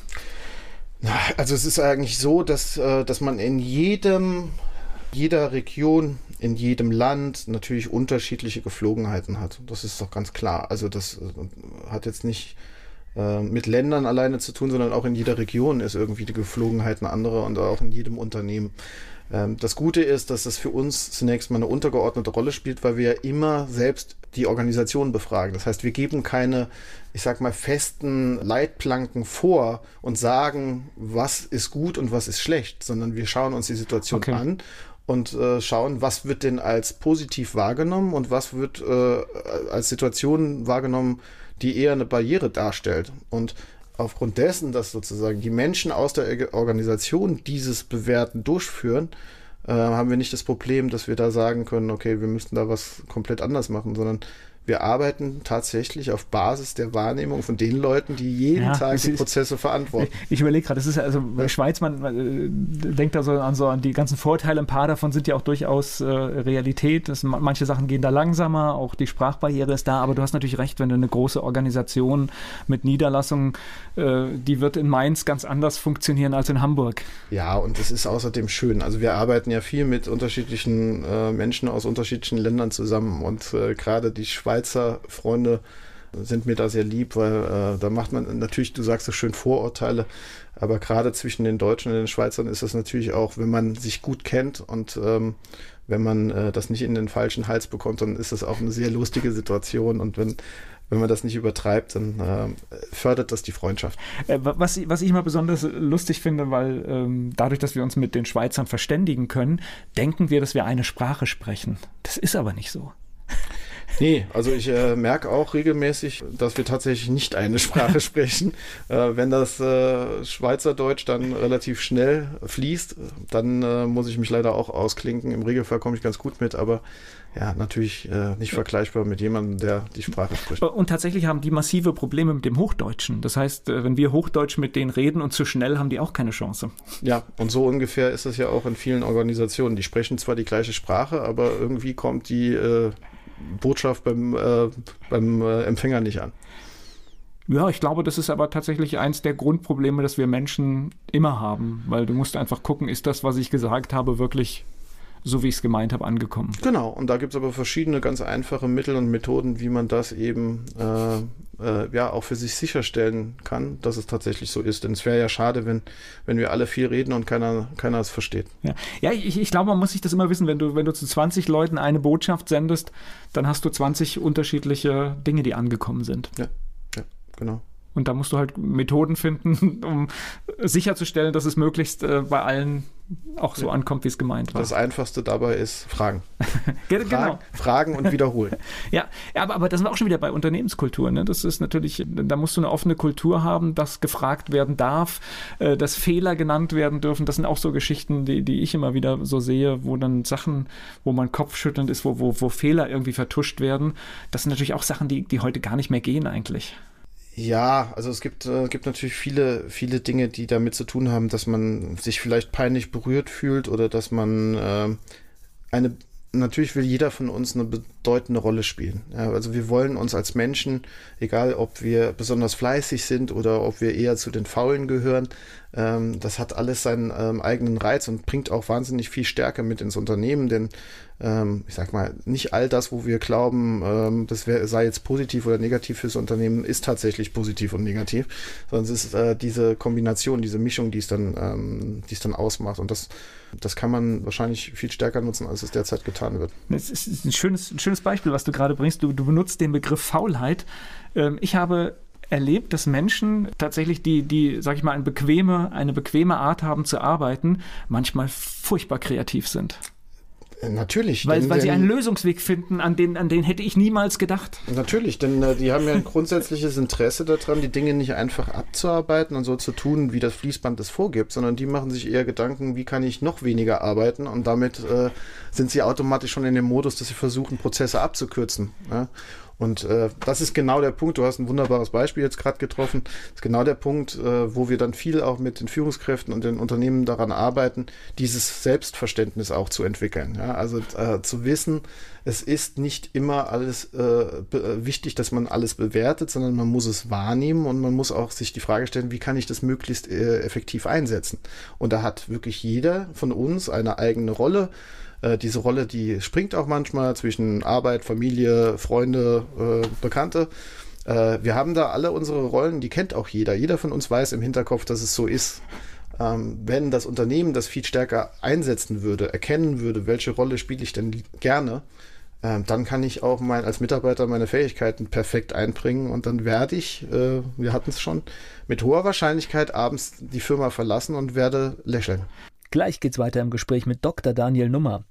Also es ist eigentlich so, dass, dass man in jedem, jeder Region, in jedem Land natürlich unterschiedliche Geflogenheiten hat. Das ist doch ganz klar. Also das hat jetzt nicht äh, mit Ländern alleine zu tun, sondern auch in jeder Region ist irgendwie die Geflogenheit eine andere und auch in jedem Unternehmen. Ähm, das Gute ist, dass das für uns zunächst mal eine untergeordnete Rolle spielt, weil wir ja immer selbst die Organisation befragen. Das heißt, wir geben keine, ich sag mal, festen Leitplanken vor und sagen, was ist gut und was ist schlecht, sondern wir schauen uns die Situation okay. an und äh, schauen, was wird denn als positiv wahrgenommen und was wird äh, als Situation wahrgenommen, die eher eine Barriere darstellt. Und aufgrund dessen, dass sozusagen die Menschen aus der Organisation dieses Bewerten durchführen, äh, haben wir nicht das Problem, dass wir da sagen können, okay, wir müssten da was komplett anders machen, sondern wir arbeiten tatsächlich auf Basis der Wahrnehmung von den Leuten, die jeden ja, Tag die ist, Prozesse verantworten. Ich, ich überlege gerade, das ist ja, also bei Schweiz, man, man äh, denkt da so an, so an die ganzen Vorteile, ein paar davon sind ja auch durchaus äh, Realität. Das, manche Sachen gehen da langsamer, auch die Sprachbarriere ist da, aber du hast natürlich recht, wenn du eine große Organisation mit Niederlassungen, äh, die wird in Mainz ganz anders funktionieren als in Hamburg. Ja, und es ist außerdem schön. Also wir arbeiten ja viel mit unterschiedlichen äh, Menschen aus unterschiedlichen Ländern zusammen und äh, gerade die Schweiz Schweizer Freunde sind mir da sehr lieb, weil äh, da macht man natürlich, du sagst so schön, Vorurteile, aber gerade zwischen den Deutschen und den Schweizern ist das natürlich auch, wenn man sich gut kennt und ähm, wenn man äh, das nicht in den falschen Hals bekommt, dann ist das auch eine sehr lustige Situation und wenn Wenn man das nicht übertreibt, dann äh, fördert das die Freundschaft. Äh, was, was ich immer besonders lustig finde, weil ähm, dadurch, dass wir uns mit den Schweizern verständigen können, denken wir, dass wir eine Sprache sprechen. Das ist aber nicht so. Nee, also ich äh, merke auch regelmäßig, dass wir tatsächlich nicht eine Sprache sprechen. Äh, wenn das äh, Schweizerdeutsch dann relativ schnell fließt, dann äh, muss ich mich leider auch ausklinken. Im Regelfall komme ich ganz gut mit, aber ja, natürlich äh, nicht vergleichbar mit jemandem, der die Sprache spricht. Und tatsächlich haben die massive Probleme mit dem Hochdeutschen. Das heißt, wenn wir Hochdeutsch mit denen reden und zu schnell, haben die auch keine Chance. Ja, und so ungefähr ist es ja auch in vielen Organisationen. Die sprechen zwar die gleiche Sprache, aber irgendwie kommt die äh, Botschaft beim, äh, beim äh, Empfänger nicht an. Ja, ich glaube, das ist aber tatsächlich eins der Grundprobleme, das wir Menschen immer haben, weil du musst einfach gucken, ist das, was ich gesagt habe, wirklich so, wie ich es gemeint habe, angekommen. Genau, und da gibt es aber verschiedene ganz einfache Mittel und Methoden, wie man das eben äh, äh, ja auch für sich sicherstellen kann, dass es tatsächlich so ist. Denn es wäre ja schade, wenn, wenn wir alle viel reden und keiner, keiner es versteht. Ja, ja ich, ich glaube, man muss sich das immer wissen, wenn du, wenn du zu zwanzig Leuten eine Botschaft sendest, dann hast du zwanzig unterschiedliche Dinge, die angekommen sind. Ja, ja, genau. Und da musst du halt Methoden finden, um sicherzustellen, dass es möglichst äh, bei allen auch so ja. ankommt, wie es gemeint war. Das Einfachste dabei ist Fragen. genau. Fragen, Fragen und wiederholen. Ja, aber, aber das sind wir auch schon wieder bei Unternehmenskultur. Ne? Das ist natürlich, da musst du eine offene Kultur haben, dass gefragt werden darf, äh, dass Fehler genannt werden dürfen. Das sind auch so Geschichten, die, die ich immer wieder so sehe, wo dann Sachen, wo man kopfschüttelnd ist, wo, wo, wo Fehler irgendwie vertuscht werden. Das sind natürlich auch Sachen, die, die heute gar nicht mehr gehen eigentlich. Ja, also es gibt, äh, gibt natürlich viele, viele Dinge, die damit zu tun haben, dass man sich vielleicht peinlich berührt fühlt oder dass man äh, eine, natürlich will jeder von uns eine bedeutende Rolle spielen. Ja, also wir wollen uns als Menschen, egal ob wir besonders fleißig sind oder ob wir eher zu den Faulen gehören, ähm, das hat alles seinen ähm, eigenen Reiz und bringt auch wahnsinnig viel Stärke mit ins Unternehmen, denn ähm, ich sag mal, nicht all das, wo wir glauben, ähm, das wär, sei jetzt positiv oder negativ fürs Unternehmen, ist tatsächlich positiv und negativ, sondern es ist äh, diese Kombination, diese Mischung, die es dann, ähm, die es dann ausmacht und das, das kann man wahrscheinlich viel stärker nutzen, als es derzeit getan wird. Das ist ein schönes, ein schönes Beispiel, was du gerade bringst. Du, du benutzt den Begriff Faulheit. Ähm, ich habe erlebt, dass Menschen tatsächlich, die, die, sag ich mal, eine bequeme, eine bequeme Art haben zu arbeiten, manchmal furchtbar kreativ sind. Natürlich. Weil, denn, weil sie denn, einen Lösungsweg finden, an den, an den hätte ich niemals gedacht. Natürlich, denn äh, die haben ja ein grundsätzliches Interesse daran, die Dinge nicht einfach abzuarbeiten und so zu tun, wie das Fließband es vorgibt, sondern die machen sich eher Gedanken, wie kann ich noch weniger arbeiten und damit äh, sind sie automatisch schon in dem Modus, dass sie versuchen, Prozesse abzukürzen. Ja? Und äh, das ist genau der Punkt, du hast ein wunderbares Beispiel jetzt gerade getroffen, das ist genau der Punkt, äh, wo wir dann viel auch mit den Führungskräften und den Unternehmen daran arbeiten, dieses Selbstverständnis auch zu entwickeln. Ja? Also äh, zu wissen, es ist nicht immer alles äh, be- wichtig, dass man alles bewertet, sondern man muss es wahrnehmen und man muss auch sich die Frage stellen, wie kann ich das möglichst äh, effektiv einsetzen? Und da hat wirklich jeder von uns eine eigene Rolle. Diese Rolle, die springt auch manchmal zwischen Arbeit, Familie, Freunde, äh, Bekannte. Äh, wir haben da alle unsere Rollen, die kennt auch jeder. Jeder von uns weiß im Hinterkopf, dass es so ist. Ähm, wenn das Unternehmen das viel stärker einsetzen würde, erkennen würde, welche Rolle spiele ich denn gerne, ähm, dann kann ich auch mein, als Mitarbeiter meine Fähigkeiten perfekt einbringen und dann werde ich, äh, wir hatten es schon, mit hoher Wahrscheinlichkeit abends die Firma verlassen und werde lächeln. Gleich geht's weiter im Gespräch mit Doktor Daniel Nummer.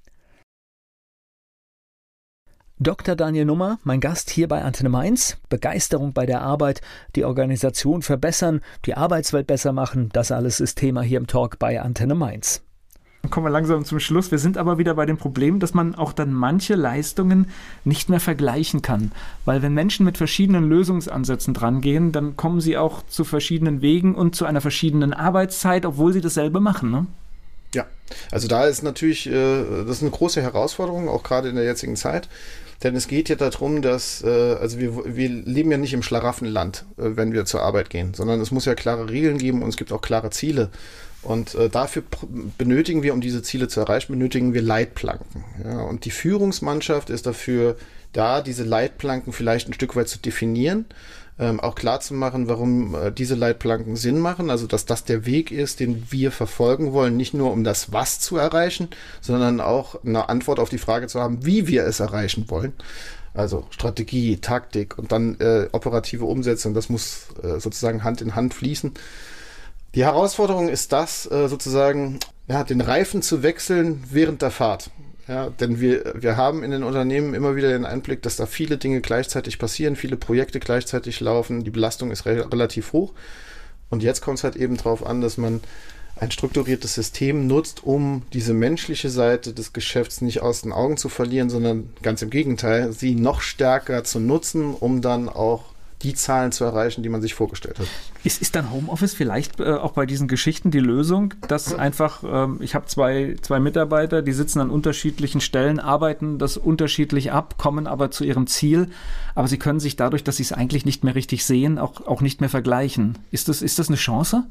Doktor Daniel Nummer, mein Gast hier bei Antenne Mainz. Begeisterung bei der Arbeit, die Organisation verbessern, die Arbeitswelt besser machen, das alles ist Thema hier im Talk bei Antenne Mainz. Dann kommen wir langsam zum Schluss. Wir sind aber wieder bei dem Problem, dass man auch dann manche Leistungen nicht mehr vergleichen kann. Weil wenn Menschen mit verschiedenen Lösungsansätzen drangehen, dann kommen sie auch zu verschiedenen Wegen und zu einer verschiedenen Arbeitszeit, obwohl sie dasselbe machen, ne? Ja, also da ist natürlich, äh, das ist eine große Herausforderung, auch gerade in der jetzigen Zeit. Denn es geht ja darum, dass, äh, also wir, wir leben ja nicht im Schlaraffenland, äh, wenn wir zur Arbeit gehen, sondern es muss ja klare Regeln geben und es gibt auch klare Ziele. Und äh, dafür pr- benötigen wir, um diese Ziele zu erreichen, benötigen wir Leitplanken. Ja? Und die Führungsmannschaft ist dafür da, diese Leitplanken vielleicht ein Stück weit zu definieren, ähm, auch klar zu machen, warum äh, diese Leitplanken Sinn machen, also dass das der Weg ist, den wir verfolgen wollen, nicht nur um das Was zu erreichen, sondern auch eine Antwort auf die Frage zu haben, wie wir es erreichen wollen. Also Strategie, Taktik und dann äh, operative Umsetzung, das muss äh, sozusagen Hand in Hand fließen. Die Herausforderung ist das, äh, sozusagen ja, den Reifen zu wechseln während der Fahrt. Ja, denn wir, wir haben in den Unternehmen immer wieder den Einblick, dass da viele Dinge gleichzeitig passieren, viele Projekte gleichzeitig laufen, die Belastung ist re- relativ hoch. Und jetzt kommt es halt eben darauf an, dass man ein strukturiertes System nutzt, um diese menschliche Seite des Geschäfts nicht aus den Augen zu verlieren, sondern ganz im Gegenteil, sie noch stärker zu nutzen, um dann auch die Zahlen zu erreichen, die man sich vorgestellt hat. Ist, ist dann Homeoffice vielleicht äh, auch bei diesen Geschichten die Lösung, dass einfach, ähm, ich habe zwei, zwei Mitarbeiter, die sitzen an unterschiedlichen Stellen, arbeiten das unterschiedlich ab, kommen aber zu ihrem Ziel, aber sie können sich dadurch, dass sie es eigentlich nicht mehr richtig sehen, auch, auch nicht mehr vergleichen. Ist das, ist das eine Chance?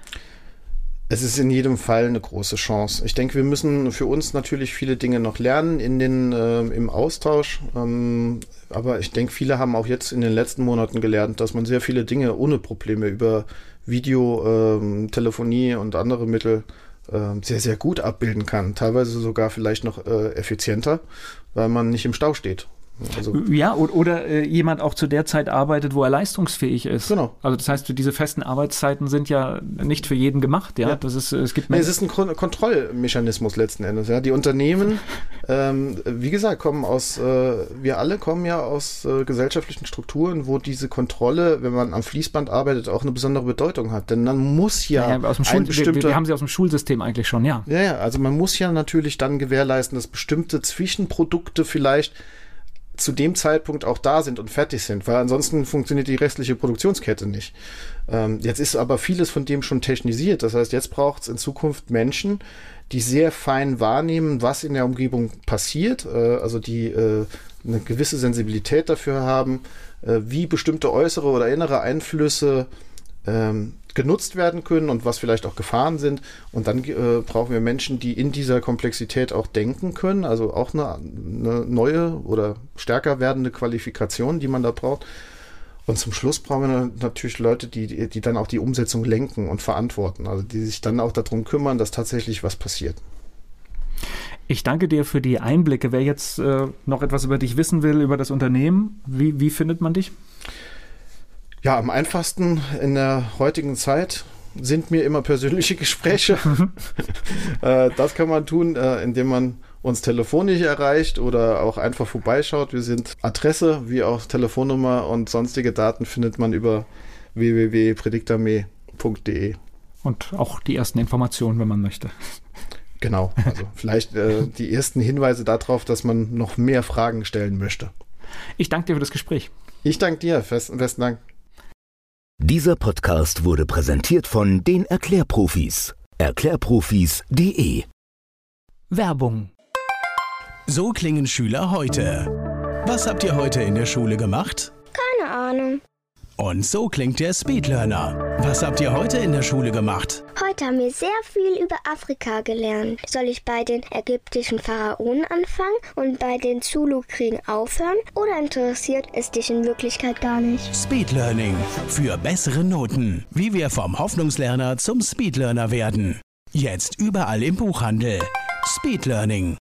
Es ist in jedem Fall eine große Chance. Ich denke, wir müssen für uns natürlich viele Dinge noch lernen in den, äh, im Austausch. Ähm, aber ich denke, viele haben auch jetzt in den letzten Monaten gelernt, dass man sehr viele Dinge ohne Probleme über Video, ähm, Telefonie und andere Mittel äh, sehr, sehr gut abbilden kann. Teilweise sogar vielleicht noch äh, effizienter, weil man nicht im Stau steht. Also ja, oder, oder äh, jemand auch zu der Zeit arbeitet, wo er leistungsfähig ist. Genau. Also das heißt, diese festen Arbeitszeiten sind ja nicht für jeden gemacht. Ja, ja. Das ist, es gibt nee, es ist ein Kon- Kontrollmechanismus letzten Endes. Ja, die Unternehmen, ähm, wie gesagt, kommen aus. Äh, wir alle kommen ja aus äh, gesellschaftlichen Strukturen, wo diese Kontrolle, wenn man am Fließband arbeitet, auch eine besondere Bedeutung hat. Denn man muss ja, ja, ja aus dem Schul- ein bestimmter, wir, wir haben sie aus dem Schulsystem eigentlich schon, ja. Ja, ja. Also man muss ja natürlich dann gewährleisten, dass bestimmte Zwischenprodukte vielleicht zu dem Zeitpunkt auch da sind und fertig sind, weil ansonsten funktioniert die restliche Produktionskette nicht. Ähm, jetzt ist aber vieles von dem schon technisiert. Das heißt, jetzt braucht es in Zukunft Menschen, die sehr fein wahrnehmen, was in der Umgebung passiert, äh, also die äh, eine gewisse Sensibilität dafür haben, äh, wie bestimmte äußere oder innere Einflüsse ähm, genutzt werden können und was vielleicht auch Gefahren sind. Und dann äh, brauchen wir Menschen, die in dieser Komplexität auch denken können, also auch eine, eine neue oder stärker werdende Qualifikation, die man da braucht. Und zum Schluss brauchen wir natürlich Leute, die, die dann auch die Umsetzung lenken und verantworten, also die sich dann auch darum kümmern, dass tatsächlich was passiert. Ich danke dir für die Einblicke. Wer jetzt äh, noch etwas über dich wissen will, über das Unternehmen, wie, wie findet man dich? Ja, am einfachsten in der heutigen Zeit sind mir immer persönliche Gespräche. äh, das kann man tun, äh, indem man uns telefonisch erreicht oder auch einfach vorbeischaut. Wir sind Adresse wie auch Telefonnummer und sonstige Daten findet man über w w w punkt predictame punkt d e. Und auch die ersten Informationen, wenn man möchte. Genau, also vielleicht äh, die ersten Hinweise darauf, dass man noch mehr Fragen stellen möchte. Ich danke dir für das Gespräch. Ich danke dir, besten, besten Dank. Dieser Podcast wurde präsentiert von den Erklärprofis. Erklärprofis punkt d e. Werbung. So klingen Schüler heute. Was habt ihr heute in der Schule gemacht? Keine Ahnung. Und so klingt der Speedlearner. Was habt ihr heute in der Schule gemacht? Heute haben wir sehr viel über Afrika gelernt. Soll ich bei den ägyptischen Pharaonen anfangen und bei den Zulu-Kriegen aufhören? Oder interessiert es dich in Wirklichkeit gar nicht? Speed Learning. Für bessere Noten. Wie wir vom Hoffnungslerner zum Speedlearner werden. Jetzt überall im Buchhandel. Speed Learning.